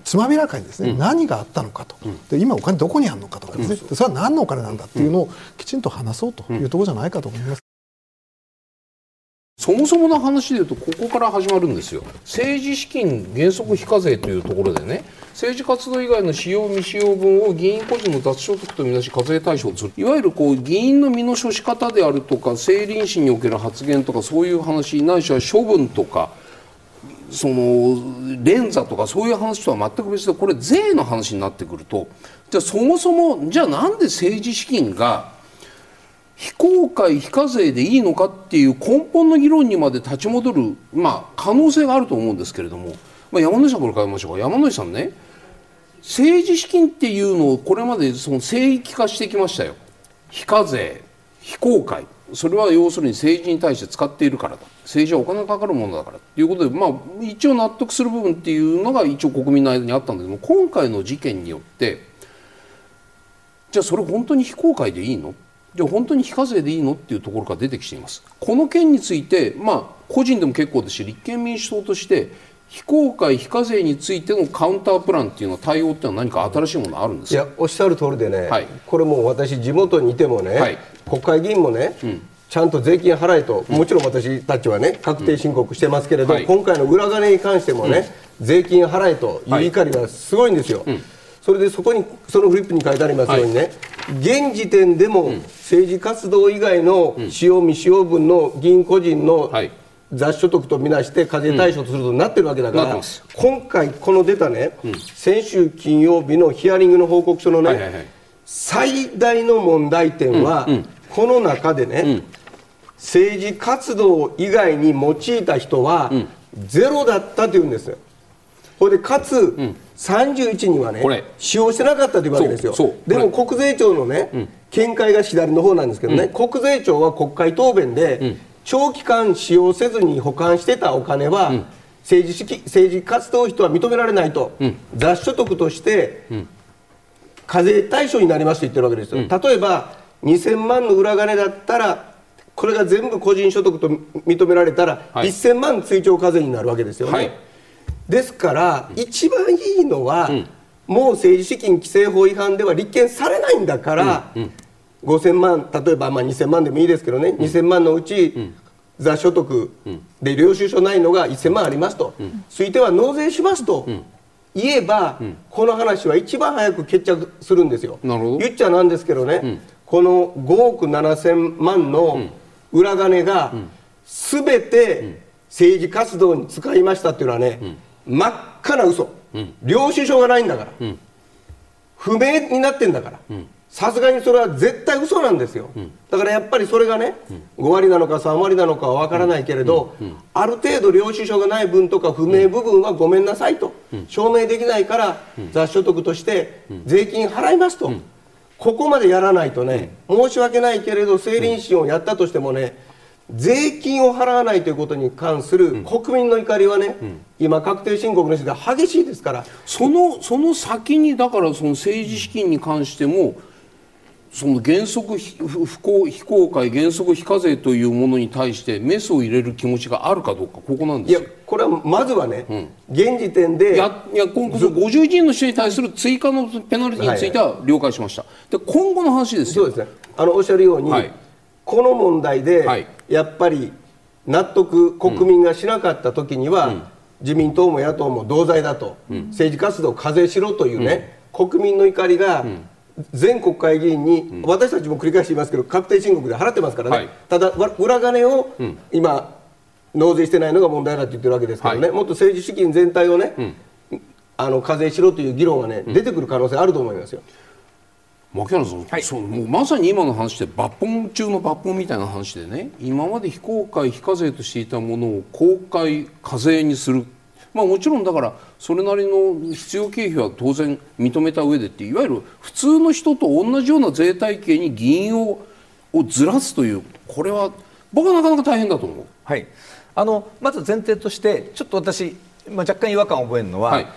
つまびらかにですね、何があったのかと、で今お金どこにあるのかとかですね、それは何のお金なんだっていうのをきちんと話そうというところじゃないかと思います。 そもそもの話でいうとここから始まるんですよ。政治資金原則非課税というところでね、政治活動以外の使用未使用分を議員個人の雑所得とみなし課税対象とする、いわゆる議員の身の処し方であるとか政倫審における発言とかそういう話ないしは処分とか連座とかそういう話とは全く別で、これ税の話になってくると、じゃあそもそもじゃあなんで政治資金が非公開非課税でいいのかっていう根本の議論にまで立ち戻る、可能性があると思うんですけれども、山野井さんから伺いましょうか。山野井さんね、政治資金っていうのをこれまで聖域化してきましたよ。非課税非公開、それは要するに政治に対して使っているからだ、政治はお金がかかるものだからということで、一応納得する部分っていうのが一応国民の間にあったんだけども、今回の事件によってじゃあそれ本当に非公開でいいの、じゃあ本当に非課税でいいのっていうところから出てきています。この件について、個人でも結構ですし立憲民主党として非公開非課税についてのカウンタープランっていうのは対応っていうのは何か新しいものあるんですか。 いや、おっしゃる通りでね、これもう私地元にいてもね、国会議員もね、ちゃんと税金払えと、もちろん私たちはね確定申告してますけれど、今回の裏金に関してもね、税金払えという怒りがすごいんですよ。それでそこにそのフリップに書いてありますようにね、現時点でも政治活動以外の使用未使用分の議員個人の雑所得とみなして課税対象とすることになってるわけだから、今回この出たね、先週金曜日のヒアリングの報告書のね、最大の問題点は、この中でね、政治活動以外に用いた人はゼロだったというんですよ。これでかつ、31にはね使用してなかったというわけですよ。でも国税庁のね、見解が左の方なんですけどね、国税庁は国会答弁で、長期間使用せずに保管してたお金は、政治活動費とは認められないと、雑所得として課税対象になりますと言ってるわけですよ。例えば2000万の裏金だったら、これが全部個人所得と認められたら、1000万追徴課税になるわけですよね。ですから一番いいのは、もう政治資金規正法違反では立件されないんだから、5000万、例えば2000万でもいいですけどね、2000万のうち雑所得で領収書ないのが1000万ありますと、ついては納税しますと言えば、この話は一番早く決着するんですよ。言っちゃなんですけどね、この5億7000万の裏金が全て政治活動に使いましたっていうのはね、真っ赤な嘘、領収書がないんだから、不明になってんだから、さすがにそれは絶対嘘なんですよ。だからやっぱりそれがね、5割なのか3割なのかは分からないけれど、ある程度領収書がない分とか不明部分はごめんなさいと、証明できないから雑所得として税金払いますと、ここまでやらないとね、申し訳ないけれど政倫審をやったとしてもね、税金を払わないということに関する国民の怒りはね、今確定申告の時代激しいですから、 その先にだからその政治資金に関してもその原則非公開原則非課税というものに対してメスを入れる気持ちがあるかどうか、ここなんですよ。 いや、これはまずはね、現時点で今後51人の人に対する追加のペナルティについては了解しました。で今後の話ですよ。 そうですね、おっしゃるように、この問題で、やっぱり納得国民がしなかった時には、自民党も野党も同罪だと、政治活動を課税しろというね、国民の怒りが全国会議員に、私たちも繰り返して言いますけど確定申告で払ってますからね、ただ裏金を今納税してないのが問題だと言ってるわけですけどね、もっと政治資金全体をね、課税しろという議論はね、出てくる可能性あると思いますよ。 牧原さん、もうまさに今の話で抜本中の抜本みたいな話でね、今まで非公開非課税としていたものを公開課税にする、もちろんだからそれなりの必要経費は当然認めた上でって、いわゆる普通の人と同じような税体系に議員をずらすという、これは僕はなかなか大変だと思う。 まず前提としてちょっと私、若干違和感を覚えるのは、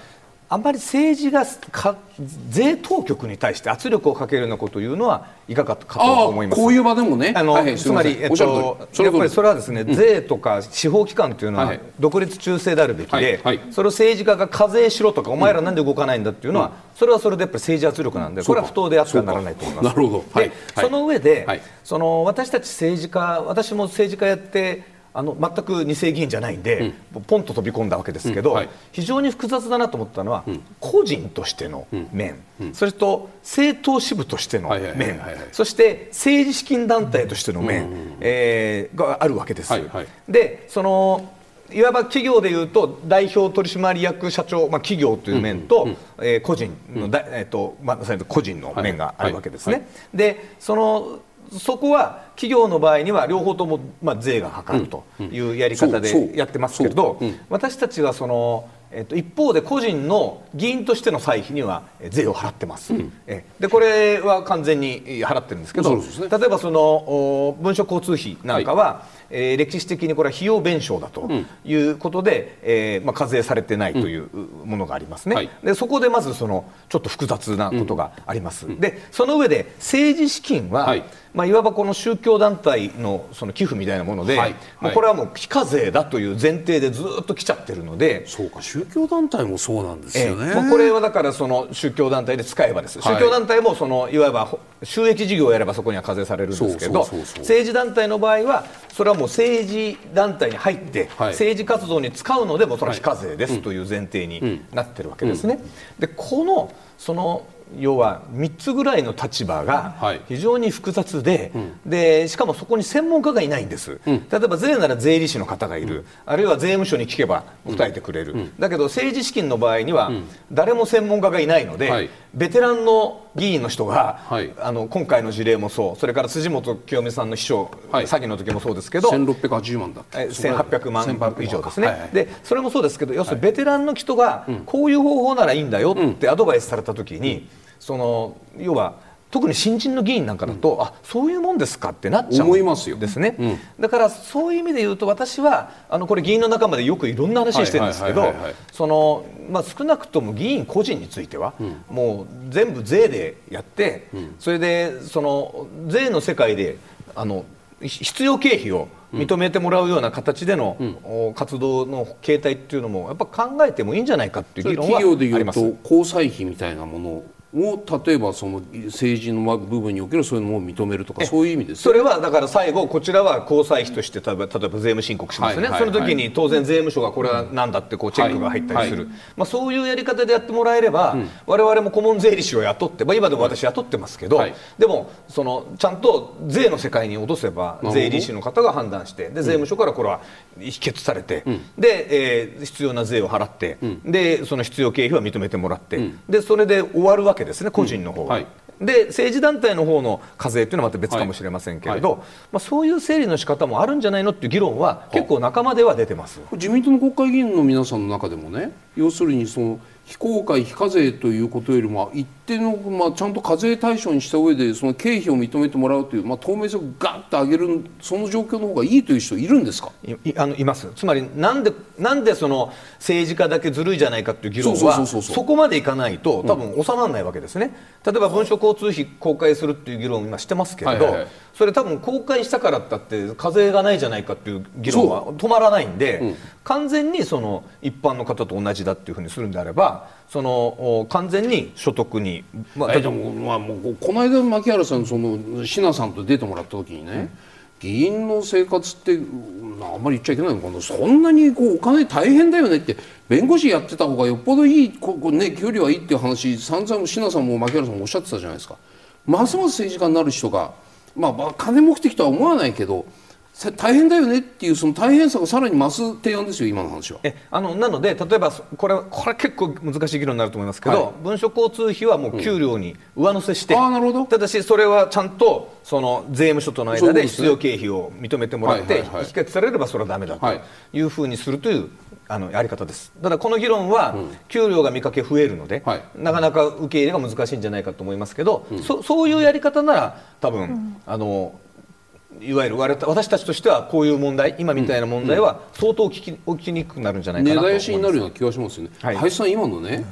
あんまり政治が税当局に対して圧力をかけるようなことを言うのはいかがかと思います。 こういう場でもね、 つまり、やっぱりそれはですね、税とか司法機関というのは独立中正であるべきで、それを政治家が課税しろとか、お前らなんで動かないんだっていうのは、それはそれでやっぱり政治圧力なんで、これは不当であってはならないと思います。 なるほど。 で、その上で、私たち政治家、私も政治家やって全く2世議員じゃないんで、ポンと飛び込んだわけですけど、非常に複雑だなと思ったのは、個人としての面、それと政党支部としての面、そして政治資金団体としての面、があるわけです。で、いわば企業でいうと代表取締役社長、企業という面と、個人の、個人の面があるわけですね。で、そこは企業の場合には両方とも税がかかるというやり方でやってますけれど、私たちは一方で個人の議員としての歳費には税を払ってます。でこれは完全に払ってるんですけど、例えば文書交通費なんかは、歴史的にこれは費用弁償だということで、課税されてないというものがありますね。でそこでまずちょっと複雑なことがあります。でその上で政治資金は、いわばこの宗教団体の寄付みたいなもので、これはもう非課税だという前提でずっと来ちゃってるので。 そうか、宗教団体もそうなんですよね。 これはだから宗教団体で使えばです、宗教団体もいわば収益事業をやればそこには課税されるんですけど、政治団体の場合はそれはもう政治団体に入って政治活動に使うのでもそれは非課税ですという前提になってるわけですね。で要は3つぐらいの立場が非常に複雑で、しかもそこに専門家がいないんです。例えば税なら税理士の方がいる、あるいは税務署に聞けば答えてくれる、だけど政治資金の場合には誰も専門家がいないので、ベテランの議員の人が、今回の事例もそう、それから辻元清美さんの秘書、詐欺の時もそうですけど 1680万だった 1800万以上ですね。でそれもそうですけど、要するにベテランの人がこういう方法ならいいんだよってアドバイスされた時に、要は特に新人の議員なんかだと、そういうもんですかってなっちゃうんですね。だからそういう意味で言うと、私はこれ議員の仲間でよくいろんな話してるんですけど、少なくとも議員個人については、もう全部税でやって、それで税の世界で必要経費を認めてもらうような形での活動の形態っていうのもやっぱ考えてもいいんじゃないかっていう議論はあります。 企業でいうと交際費みたいなものを例えば政治の部分におけるそういうのを認めるとか、そういう意味です。 それはだから最後こちらは交際費として例えば税務申告しますね。その時に当然税務署がこれは何だってチェックが入ったりする、そういうやり方でやってもらえれば、我々も顧問税理士を雇って、今でも私雇ってますけど、でもちゃんと税の世界に落とせば税理士の方が判断して、で税務署からこれは否決されて、で、必要な税を払って、でその必要経費は認めてもらって、でそれで終わるわけですね、個人の方は。で政治団体の方の課税というのはまた別かもしれませんけれど、そういう整理の仕方もあるんじゃないのっていう議論は結構仲間では出てます。 自民党の国会議員の皆さんの中でもね、要するに非公開非課税ということよりも一定の、ちゃんと課税対象にした上でその経費を認めてもらうという、透明性をガッと上げる、その状況の方がいいという人いるんですか？ います。つまりなんで政治家だけずるいじゃないかという議論はそこまでいかないと多分収まらないわけですね。例えば文書交通費公開するっていう議論を今してますけれど、それ多分公開したからだって課税がないじゃないかっていう議論は止まらないんで、完全に一般の方と同じだっていうふうにするんであれば、完全に所得に、 この間牧原さん椎名さんと出てもらった時にね、議員の生活ってあんまり言っちゃいけないのかな、そんなにお金大変だよねって、弁護士やってた方がよっぽどいい給料はいいっていう話散々椎名さんも牧原さんもおっしゃってたじゃないですか。ますます政治家になる人が、金目的とは思わないけど大変だよねっていう、その大変さがさらに増す提案ですよ、今の話は。 なので例えばこれ結構難しい議論になると思いますけど、文書交通費はもう給料に上乗せして、ただしそれはちゃんと税務署との間で必要経費を認めてもらって否決されればそれはダメだというふうにするというやり方です。ただこの議論は給料が見かけ増えるので、なかなか受け入れが難しいんじゃないかと思いますけど、そういうやり方なら多分いわゆる私たちとしてはこういう問題、今みたいな問題は相当起きにくくなるんじゃないかなと思います。 根絶やしになるような気がしますよね。林さん、今のね、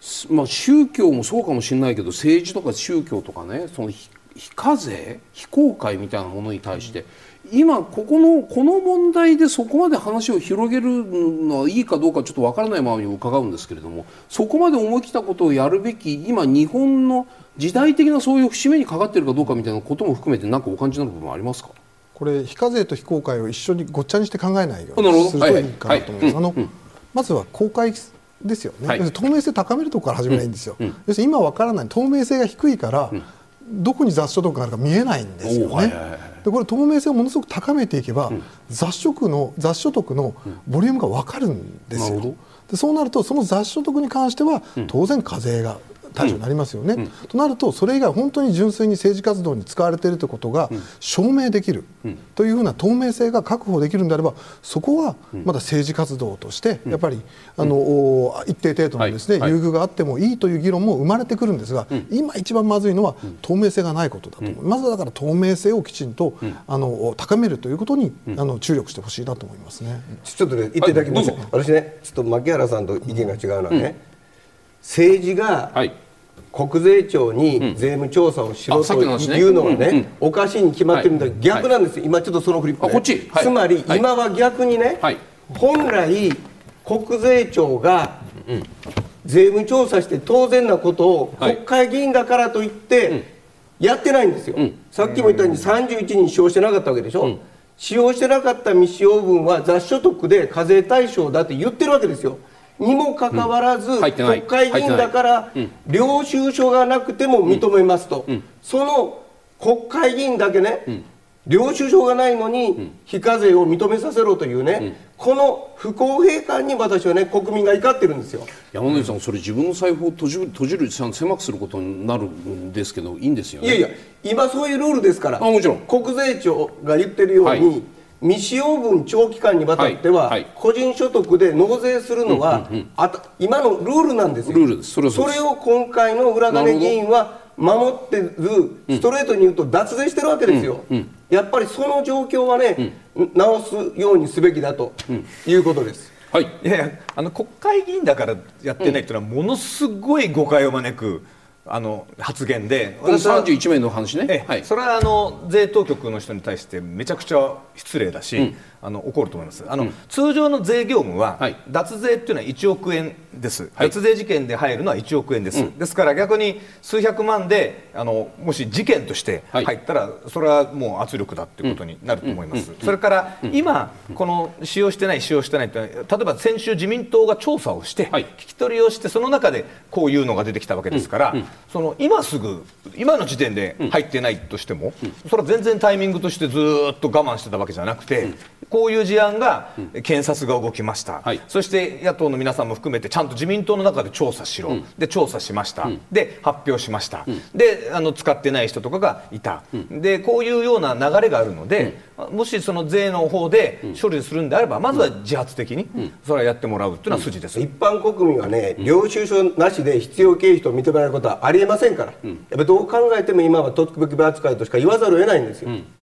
宗教もそうかもしれないけど政治とか宗教とかね、その非課税非公開みたいなものに対して、今この問題でそこまで話を広げるのはいいかどうかちょっとわからないままに伺うんですけれども、そこまで思い切ったことをやるべき今日本の時代的なそういう節目にかかっているかどうかみたいなことも含めて何かお感じになる部分はありますか？ これ非課税と非公開を一緒にごっちゃにして考えないようにするといいかなと思います。まずは公開ですよね、透明性高めるところから始めないいんですよ、要するに今わからない透明性が低いから、どこに雑所得があるか見えないんですよね。でこれ透明性をものすごく高めていけば、雑所得のボリュームが分かるんですよ。でそうなるとその雑所得に関しては当然課税が対象になりますよね、となるとそれ以外本当に純粋に政治活動に使われているということが証明できるというふうな透明性が確保できるのであれば、そこはまだ政治活動としてやっぱり一定程度のですね優遇があってもいいという議論も生まれてくるんですが、今一番まずいのは透明性がないことだと思う。まずはだから透明性をきちんと高めるということに注力してほしいなと思いますね。 ちょっとね言っていただきます。私ねちょっと牧原さんと意見が違うのはね、政治が国税庁に税務調査をしろというのはね、おかしいに決まってるんだけど、逆なんですよ。今ちょっとそのフリップね、つまり今は逆にね、本来国税庁が税務調査して当然なことを国会議員だからといってやってないんですよ。さっきも言ったように31人使用してなかったわけでしょ。使用してなかった未使用分は雑所得で課税対象だって言ってるわけですよ。にもかかわらず、国会議員だから領収書がなくても認めますと、その国会議員だけね、領収書がないのに非課税を認めさせろというね、この不公平感に私はね国民が怒ってるんですよ。 山野井さん、それ自分の財布を閉じる狭くすることになるんですけど、いいんですよね。 いや今そういうルールですから。 もちろん国税庁が言ってるように、未使用分長期間にわたっては、個人所得で納税するのは、今のルールなんですよ。それを今回の浦金議員は守ってる、ストレートに言うと脱税してるわけですよ。やっぱりその状況はね、直すようにすべきだということです。 いやいや、国会議員だからやってないというのはものすごい誤解を招く発言で、 この31名の話ね、 それは税当局の人に対してめちゃくちゃ失礼だし、怒ると思います。通常の税業務は、脱税っていうのは1億円です、脱税事件で入るのは1億円です、ですから逆に数百万でもし事件として入ったら、それはもう圧力だっていうことになると思います。それから今この使用してないって例えば先週自民党が調査をして、聞き取りをして、その中でこういうのが出てきたわけですから、今すぐ今の時点で入ってないとしても、それは全然タイミングとしてずっと我慢してたわけじゃなくて、こういう事案が検察が動きました、そして野党の皆さんも含めてちゃんと自民党の中で調査しろ、で調査しました、で発表しました、で使ってない人とかがいた、でこういうような流れがあるので、もしその税の方で処理するんであれば、まずは自発的にそれはやってもらうというのは筋です。 一般国民はね、領収書なしで必要経費と認められることはありえませんから、やっぱりどう考えても今は特別扱いとしか言わざるを得ないんですよ。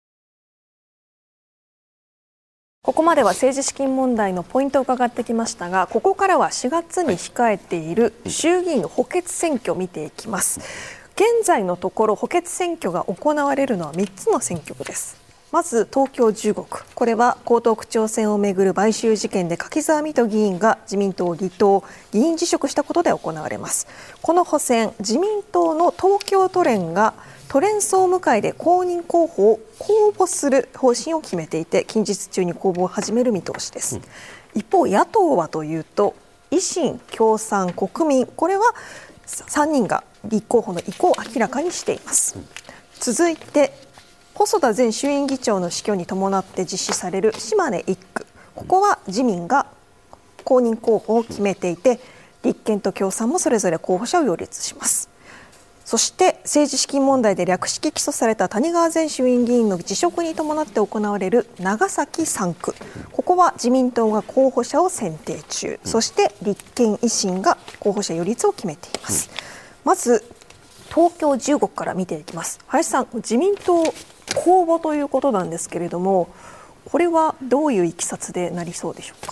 ここまでは政治資金問題のポイントを伺ってきましたが、ここからは4月に控えている衆議院の補欠選挙を見ていきます。現在のところ補欠選挙が行われるのは3つの選挙区です。まず東京15区、これは江東区長選をめぐる買収事件で柿沢水戸議員が自民党を離党、議員辞職したことで行われます。この補選、自民党の東京都連が都連総務会で公認候補を公募する方針を決めていて、近日中に公募を始める見通しです。一方、野党はというと維新、共産、国民、これは3人が立候補の意向を明らかにしています。続いて細田前衆院議長の死去に伴って実施される島根1区、ここは自民が公認候補を決めていて、立憲と共産もそれぞれ候補者を擁立します。そして政治資金問題で略式起訴された谷川前衆院議員の辞職に伴って行われる長崎3区、ここは自民党が候補者を選定中、そして立憲維新が候補者擁立を決めています。まず東京15区から見ていきます。林さん、自民党公募ということなんですけれども、これはどういういきさつでなりそうでしょうか。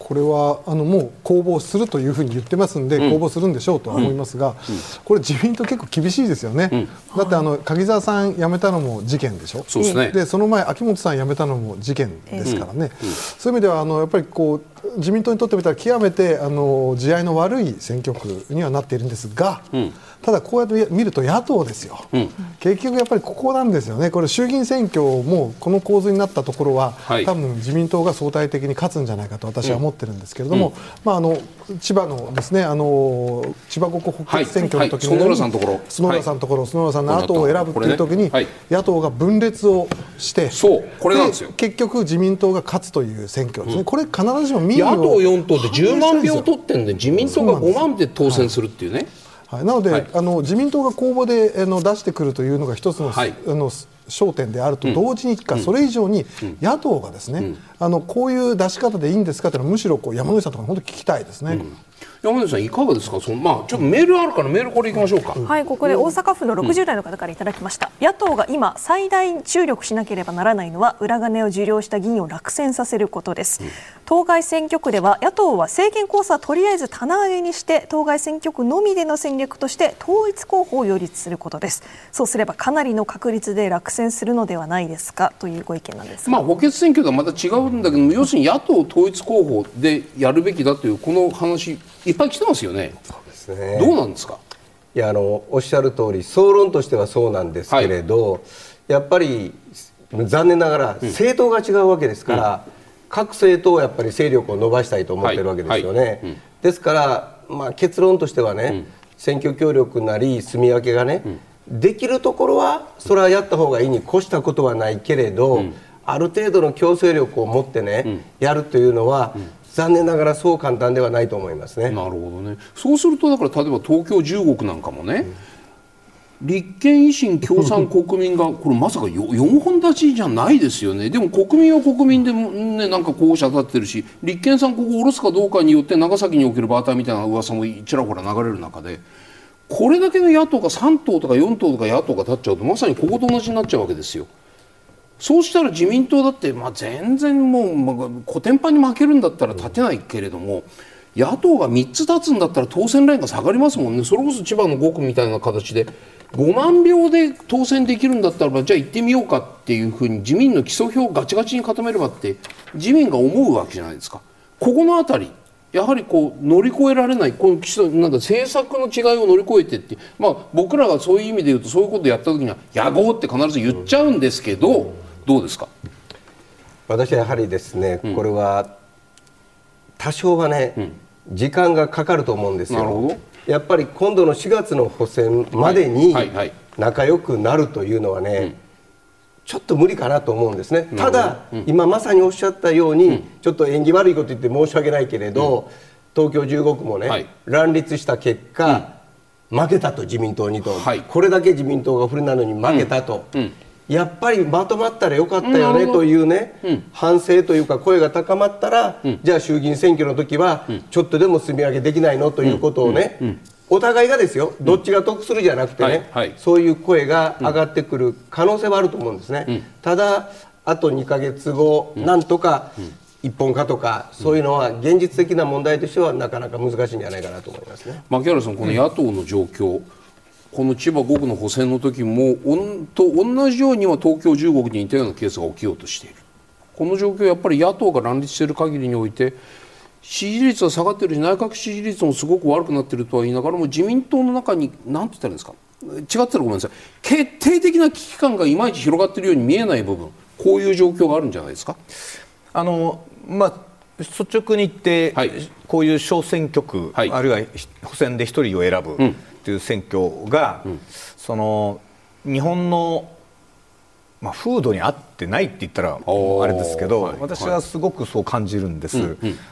これはもう公募するというふうに言ってますんで、公募するんでしょうとは思いますが、これ自民党結構厳しいですよね、だって鍵沢さん辞めたのも事件でしょ、 そうですね、 でその前秋元さん辞めたのも事件ですからね、そういう意味ではやっぱりこう自民党にとってみたら極めて地合いの悪い選挙区にはなっているんですが、ただこうやって見ると野党ですよ、結局やっぱりここなんですよね。これ衆議院選挙もこの構図になったところは、多分自民党が相対的に勝つんじゃないかと私は思ってるんですけれども、千葉のですね千葉5区補欠選挙の時に、 園村さんのところ、 園村さんのところ、園村さんの後を選ぶという時に、野党が分裂をして、 これなんですよ。 結局自民党が勝つという選挙ですね。これ必ずしも民意を野党4党で10万票取ってるんで、自民党が5万で当選するっていうね。 なので、自民党が公募で出してくるというのが一つの、焦点であると同時にそれ以上に野党がですね、こういう出し方でいいんですかというのはむしろ山口さんとかに本当に聞きたいですね。 山口さんいかがですか。ちょっとメールあるからメールこれいきましょうか。 はい、ここで大阪府の60代の方からいただきました。野党が今最大注力しなければならないのは裏金を受領した議員を落選させることです。当該選挙区では野党は政権構想はとりあえず棚上げにして当該選挙区のみでの戦略として統一候補を擁立することです。そうすればかなりの確率で落選するのではないですかというご意見なんですが、 補欠選挙とはまた違うんだけども、要するに野党統一候補でやるべきだというこの話いっぱい来てますよね。 そうですね。 どうなんですか。 いやおっしゃる通り総論としてはそうなんですけれど、やっぱり残念ながら政党が違うわけですから、各政党はやっぱり勢力を伸ばしたいと思ってるわけですよね。ですから、結論としてはね、選挙協力なり住み分けがね、できるところはそれはやった方がいいに越したことはないけれど、ある程度の強制力を持ってね、やるというのは、残念ながらそう簡単ではないと思いますね。 なるほどね。そうするとだから例えば東京15区なんかもね、立憲維新共産国民がこれまさか4本立ちじゃないですよね。でも国民は国民でも、ね、なんか候補者立ってるし、立憲さんここを下ろすかどうかによって長崎におけるバーターみたいな噂もちらほら流れる中で、これだけの野党が3党とか4党とか野党が立っちゃうとまさにここと同じになっちゃうわけですよ。そうしたら自民党だって、全然もう、コテンパンに負けるんだったら立てないけれども、野党が3つ立つんだったら当選ラインが下がりますもんね。それこそ千葉の5区みたいな形で5万票で当選できるんだったらじゃあ行ってみようかっていうふうに自民の基礎票をガチガチに固めればって自民が思うわけじゃないですか。ここのあたりやはり乗り越えられないこの政策の違いを乗り越えてって、僕らがそういう意味で言うとそういうことをやった時には野合って必ず言っちゃうんですけど、どうですか。 私はやはりですね、これは多少はね、時間がかかると思うんですよ。 なるほど。 やっぱり今度の4月の補選までに仲良くなるというのはね、ちょっと無理かなと思うんですね。ただ、今まさにおっしゃったように、ちょっと縁起悪いこと言って申し訳ないけれど、東京15区もね、乱立した結果、負けたと自民党にと、これだけ自民党が不利なのに負けたと、やっぱりまとまったらよかったよねというね、反省というか声が高まったら、じゃあ衆議院選挙の時はちょっとでも住み分けできないのということをね、お互いがですよ、どっちが得するじゃなくてね、そういう声が上がってくる可能性はあると思うんですね。ただあと2ヶ月後、なんとか一本化とかそういうのは現実的な問題としてはなかなか難しいんじゃないかなと思いますね。 牧原さん、この野党の状況、この千葉5区の補選の時も同じようには東京15区に似たようなケースが起きようとしている。この状況やっぱり野党が乱立している限りにおいて支持率は下がっているし内閣支持率もすごく悪くなっているとは言いながらも自民党の中に何て言ったらいいんですか、違ってたらごめんなさい、決定的な危機感がいまいち広がっているように見えない部分、こういう状況があるんじゃないですか。 率直に言って、こういう小選挙区、あるいは補選で1人を選ぶという選挙が、その日本の、風土に合ってないって言ったらあれですけど、私はすごくそう感じるんです。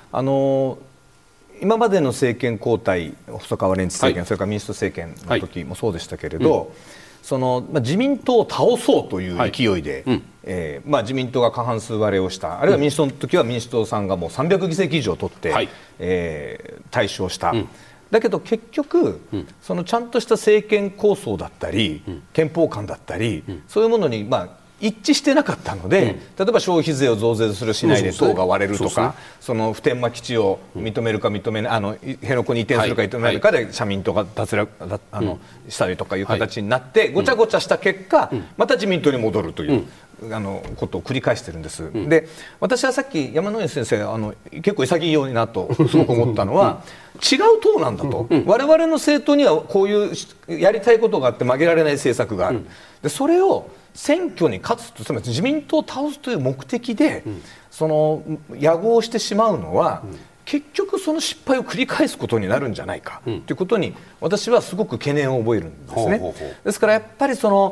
今までの政権交代、細川連立政権、それから民主党政権の時もそうでしたけれど、自民党を倒そうという勢いで、自民党が過半数割れをした、あるいは民主党の時は民主党さんがもう300議席以上取って、大勝した。だけど結局、そのちゃんとした政権構想だったり、憲法観だったり、そういうものに、 一致してなかったので、例えば消費税を増税するしないで党が割れるとか、その普天間基地を認めるか認めない、辺野古に移転するか認めないかで社民党が脱落したりとかいう形になってごちゃごちゃした結果、また自民党に戻るという。ことを繰り返してるんです、で私はさっき山井先生結構潔いようになとすごく思ったのは違う党なんだと、我々の政党にはこういうやりたいことがあって曲げられない政策がある、でそれを選挙に勝つと、つまり自民党を倒すという目的で、野合してしまうのは、結局その失敗を繰り返すことになるんじゃないかということに私はすごく懸念を覚えるんですね。ですからやっぱり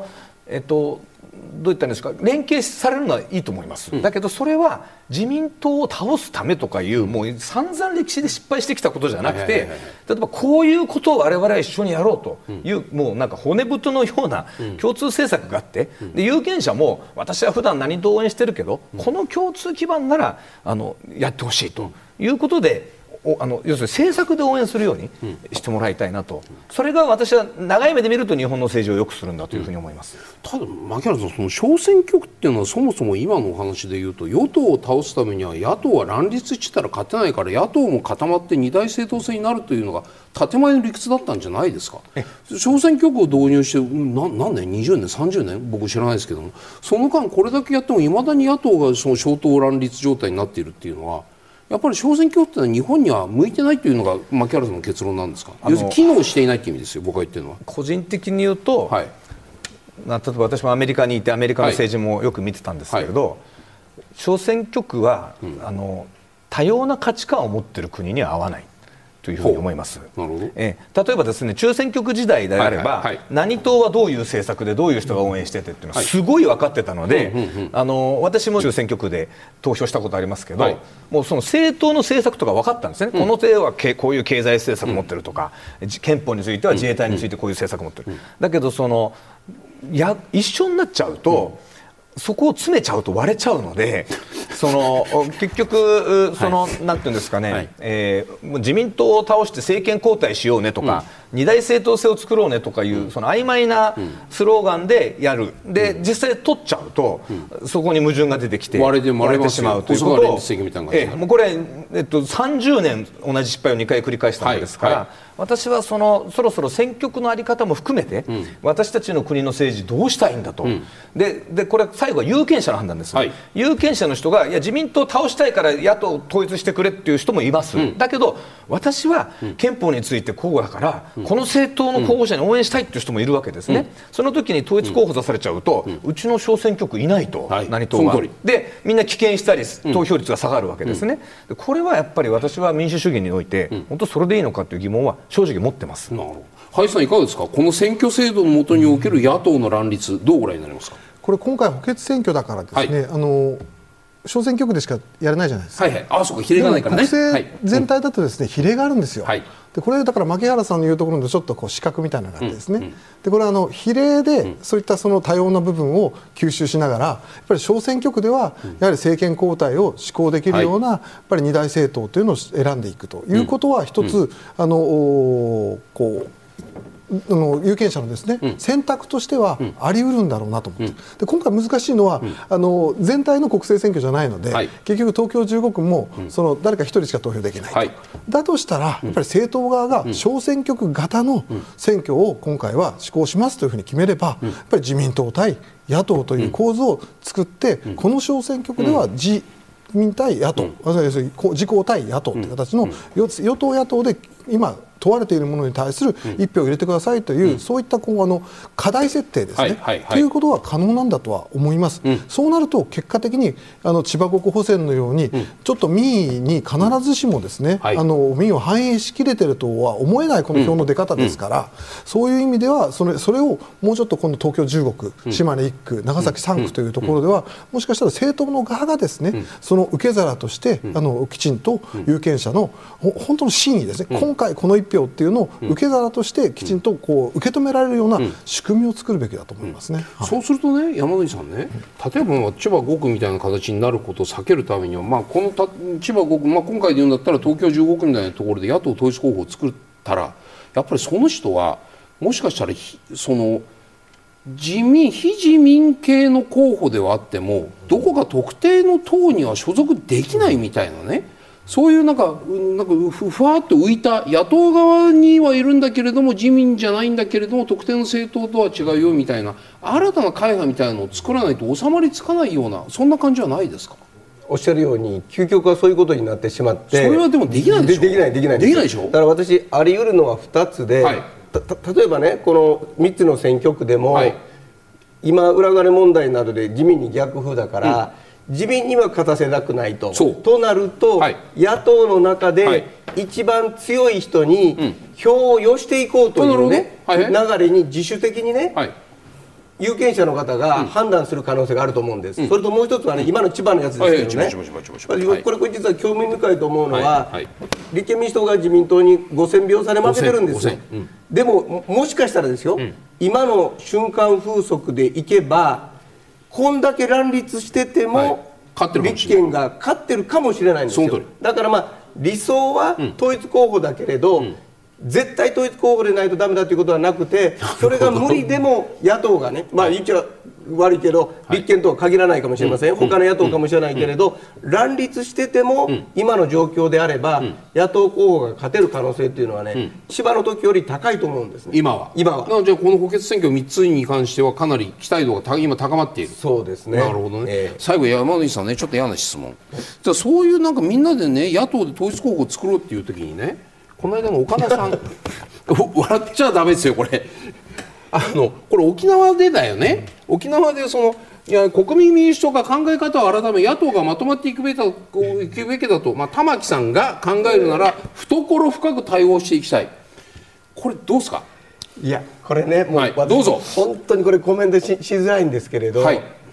どういったんですか、連携されるのはいいと思います、だけどそれは自民党を倒すためとかいうもう散々歴史で失敗してきたことじゃなくて、例えばこういうことを我々は一緒にやろうという、もうなんか骨太のような共通政策があって、で有権者も私は普段何党応援してるけど、この共通基盤ならやってほしいということで、要するに政策で応援するようにしてもらいたいなと、それが私は長い目で見ると日本の政治を良くするんだというふうに思います。 ただ牧原さん、その小選挙区っていうのはそもそも今のお話でいうと、与党を倒すためには野党は乱立してたら勝てないから、野党も固まって二大政党制になるというのが建前の理屈だったんじゃないですか。小選挙区を導入して何年20年30年僕知らないですけども、その間これだけやってもいまだに野党がその小党乱立状態になっているっていうのは、やっぱり小選挙区ってのは日本には向いてないというのが牧原さんの結論なんですか。要するに機能していないという意味ですよ、僕が言ってるのは。 個人的に言うと、例えば私もアメリカにいてアメリカの政治もよく見てたんですけれど、小選挙区は、多様な価値観を持っている国には合わないというふうに思います。例えばですね、中選挙区時代であれば、何党はどういう政策でどういう人が応援しててっていうのはすごい分かってたので、私も中選挙区で投票したことありますけど、もうその政党の政策とか分かったんですね。この党はこういう経済政策を持ってるとか、憲法については自衛隊についてこういう政策を持ってる、だけど一緒になっちゃうと、そこを詰めちゃうと割れちゃうので、結局なんていうんですかね、自民党を倒して政権交代しようねとか、二大政党制を作ろうねとかいう曖昧なスローガンでやる、で実際取っちゃうと、そこに矛盾が出てきて割れてしまうということを、もうこれ、30年同じ失敗を2回繰り返したわけですから、私はそろそろ選挙区の在り方も含めて、私たちの国の政治どうしたいんだと、でこれ最後は有権者の判断です、有権者の人がいや自民党を倒したいから野党を統一してくれっていう人もいます、だけど私は憲法についてこうだから、この政党の候補者に応援したいっていう人もいるわけですね、その時に統一候補出されちゃうと、うちの小選挙区いないと、何党がでみんな棄権したり投票率が下がるわけですね、これはやっぱり私は民主主義において本当それでいいのかという疑問は正直持ってます。 林さんいかがですか。この選挙制度の下における野党の乱立、どうご覧になりますか。 これ今回補欠選挙だからですね、小選挙区でしかやれないじゃないですか。 そうか、比例がないからね。 国政全体だとですね、比例があるんですよ。でこれだから牧原さんの言うところのちょっと資格みたいなのがあってですね、でこれは比例でそういった多様な部分を吸収しながら、やっぱり小選挙区ではやはり政権交代を施行できるようなやっぱり二大政党というのを選んでいくということは一つ有権者のですね、選択としてはあり得るんだろうなと思って、で今回難しいのは、全体の国政選挙じゃないので、結局東京15区も誰か一人しか投票できないと、だとしたらやっぱり政党側が小選挙区型の選挙を今回は施行しますというふうに決めれば、やっぱり自民党対野党という構図を作って、この小選挙区では自民対野党、自公対野党という形の与党野党で今問われているものに対する一票を入れてくださいという、そういった課題設定ですね、ということは可能なんだとは思います。そうなると結果的に千葉5区補選のように、ちょっと民意に必ずしもですね、民意を反映しきれているとは思えないこの票の出方ですから、そういう意味ではそれをもうちょっと今度東京15区、島根1区、長崎3区というところでは、もしかしたら政党の側がですね、その受け皿としてきちんと有権者の本当の真意ですね、今回この1票っていうのを受け皿としてきちんと受け止められるような仕組みを作るべきだと思いますね。 そうするとね、山口さんね、例えば千葉5区みたいな形になることを避けるためには、この千葉5区、今回で言うんだったら東京15区みたいなところで野党統一候補を作ったら、やっぱりその人はもしかしたら非自民系の候補ではあってもどこか特定の党には所属できないみたいなね、そういうなんかふわっと浮いた野党側にはいるんだけれども自民じゃないんだけれども特定の政党とは違うよみたいな新たな会派みたいなのを作らないと収まりつかないようなそんな感じはないですか？ おっしゃるように究極はそういうことになってしまってそれはでもできないでしょ。 できないでしょ。だから私あり得るのは2つで、はい、例えばねこの3つの選挙区でも、はい、今裏金問題などで自民に逆風だから、自民には勝たせたくないとなると、はい、野党の中で一番強い人に票を寄していこうという、ね流れに自主的にね、有権者の方が判断する可能性があると思うんです、それともう一つはね今の千葉のやつですけどね、これ実は興味深いと思うのは、立憲民主党が自民党に5000票差で負けてるんですよ。でももしかしたらですよ、今の瞬間風速でいけばこんだけ乱立してても、立憲が勝ってるかもしれないんですよ。だから理想は統一候補だけれど、絶対統一候補でないとダメだということはなくて、それが無理でも野党がね、言っちゃ悪いけど立憲とは限らないかもしれません、他の野党かもしれないけれど、乱立してても今の状況であれば野党候補が勝てる可能性っていうのはね、千葉の時より高いと思うんですね。今はじゃあこの補欠選挙3つに関してはかなり期待度が今高まっている。 そうですね。 なるほどね。最後山口さんね、ちょっと嫌な質問。じゃあそういうなんかみんなでね野党で統一候補を作ろうっていう時にね、この間の岡田さん笑っちゃダメですよこれ。これ沖縄でだよね。沖縄で国民民主党が考え方を改め野党がまとまっていくべきだと、玉木さんが考えるなら懐深く対応していきたい。これどうですか？ いやこれね、もう、 どうぞ。 本当にこれコメント しづらいんですけれど、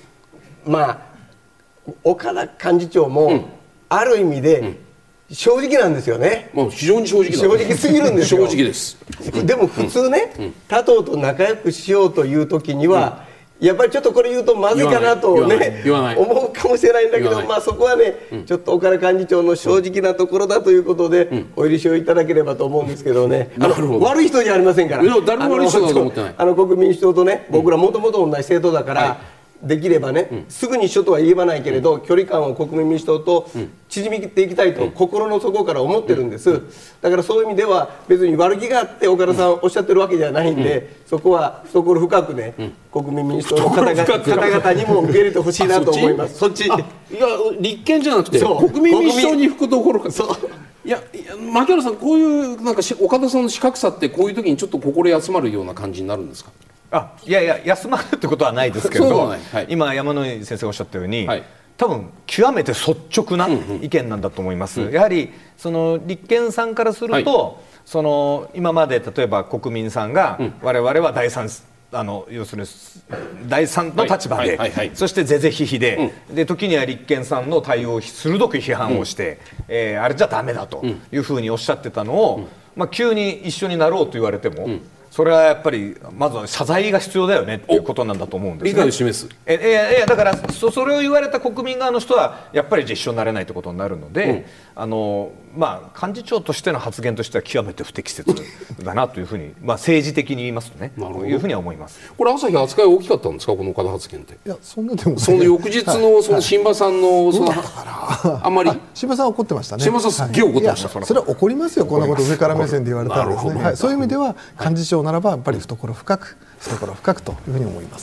岡田幹事長も、ある意味で、正直なんですよね。 もう非常に正直すぎるんですよ。 正直です。 でも普通ね、他党と仲良くしようという時には、やっぱりちょっとこれ言うとまずいかなとね思うかもしれないんだけど、そこはね、ちょっと岡田幹事長の正直なところだということで、お許しをいただければと思うんですけどね。悪い人じゃありませんから。 誰も悪い人だと思ってない。 国民民主党とね、僕らもともと同じ政党だから、できればね、すぐに一緒とは言えないけれど、距離感を国民民主党と縮めていきたいと心の底から思ってるんです。だからそういう意味では別に悪気があって岡田さんおっしゃってるわけじゃないんで、そこは懐深くね、国民民主党の方々にも受け入れてほしいなと思います。そっち。いや立憲じゃなくて国民民主党に吹くところか。いや牧原さん、こういうなんか岡田さんの資格差ってこういう時にちょっと心休まるような感じになるんですか？ いや休まるってことはないですけど、今山井先生がおっしゃったように、多分極めて率直な意見なんだと思います。やはり立憲さんからすると、今まで例えば国民さんが、我々は要するに第三の立場で、そして是々非々で、時には立憲さんの対応を鋭く批判をして、あれじゃダメだというふうにおっしゃってたのを、急に一緒になろうと言われても、それはやっぱりまずは謝罪が必要だよねっていうことなんだと思うんですね。 理解を示す。 だからそれを言われた国民側の人はやっぱり一緒になれないということになるので、幹事長としての発言としては極めて不適切だなというふうに、政治的に言いますとね、というふうには思います。 これ朝日扱い大きかったんですか、この岡田発言って。 いやそんなでもその翌日のその新馬さんのあんまり新馬さんは怒ってましたね。 新馬さんすっげえ怒ってました。 それは怒りますよ、こんなこと上から目線で言われたらですね。そういう意味では幹事長ならばやっぱり懐深くというふうに思います。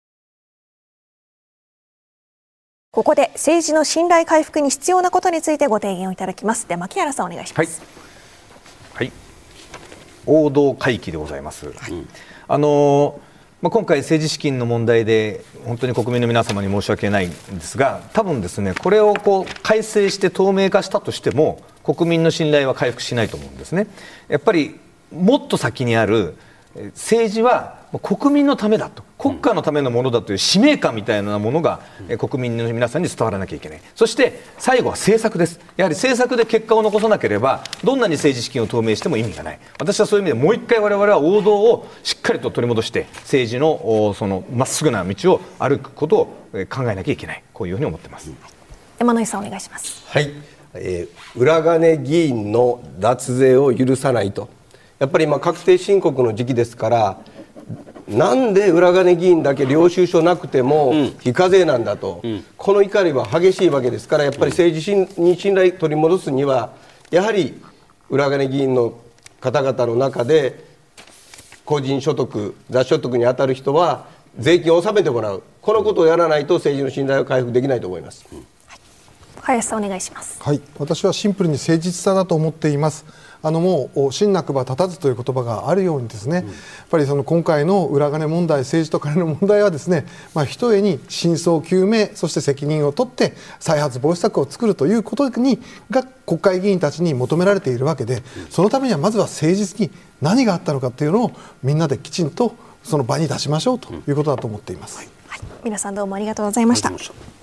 ここで政治の信頼回復に必要なことについてご提言をいただきます。では牧原さんお願いします。 王道回帰でございます。今回政治資金の問題で本当に国民の皆様に申し訳ないんですが、多分ですね、これを改正して透明化したとしても国民の信頼は回復しないと思うんですね。やっぱりもっと先にある政治は国民のためだと、国家のためのものだという使命感みたいなものが国民の皆さんに伝わらなきゃいけない。そして最後は政策です。やはり政策で結果を残さなければどんなに政治資金を透明しても意味がない。私はそういう意味でもう一回我々は王道をしっかりと取り戻して政治のまっすぐな道を歩くことを考えなきゃいけない、こういうふうに思っています。 山井さんお願いします。 裏金議員の脱税を許さないと。やっぱり今確定申告の時期ですから、 なんで裏金議員だけ領収書なくても非課税なんだと、この怒りは激しいわけですから、やっぱり政治に信頼取り戻すには、やはり裏金議員の方々の中で個人所得、雑所得に当たる人は税金を納めてもらう、このことをやらないと政治の信頼を回復できないと思います。 林さんお願いします。 はい、私はシンプルに誠実さだと思っています。もう信なくば立たずという言葉があるようにですね、やっぱりその今回の裏金問題、政治と金の問題はですね、ひとえに真相究明、そして責任を取って再発防止策を作るということが国会議員たちに求められているわけで、そのためにはまずは誠実に何があったのかというのをみんなできちんとその場に出しましょうということだと思っています。 皆さんどうもありがとうございました。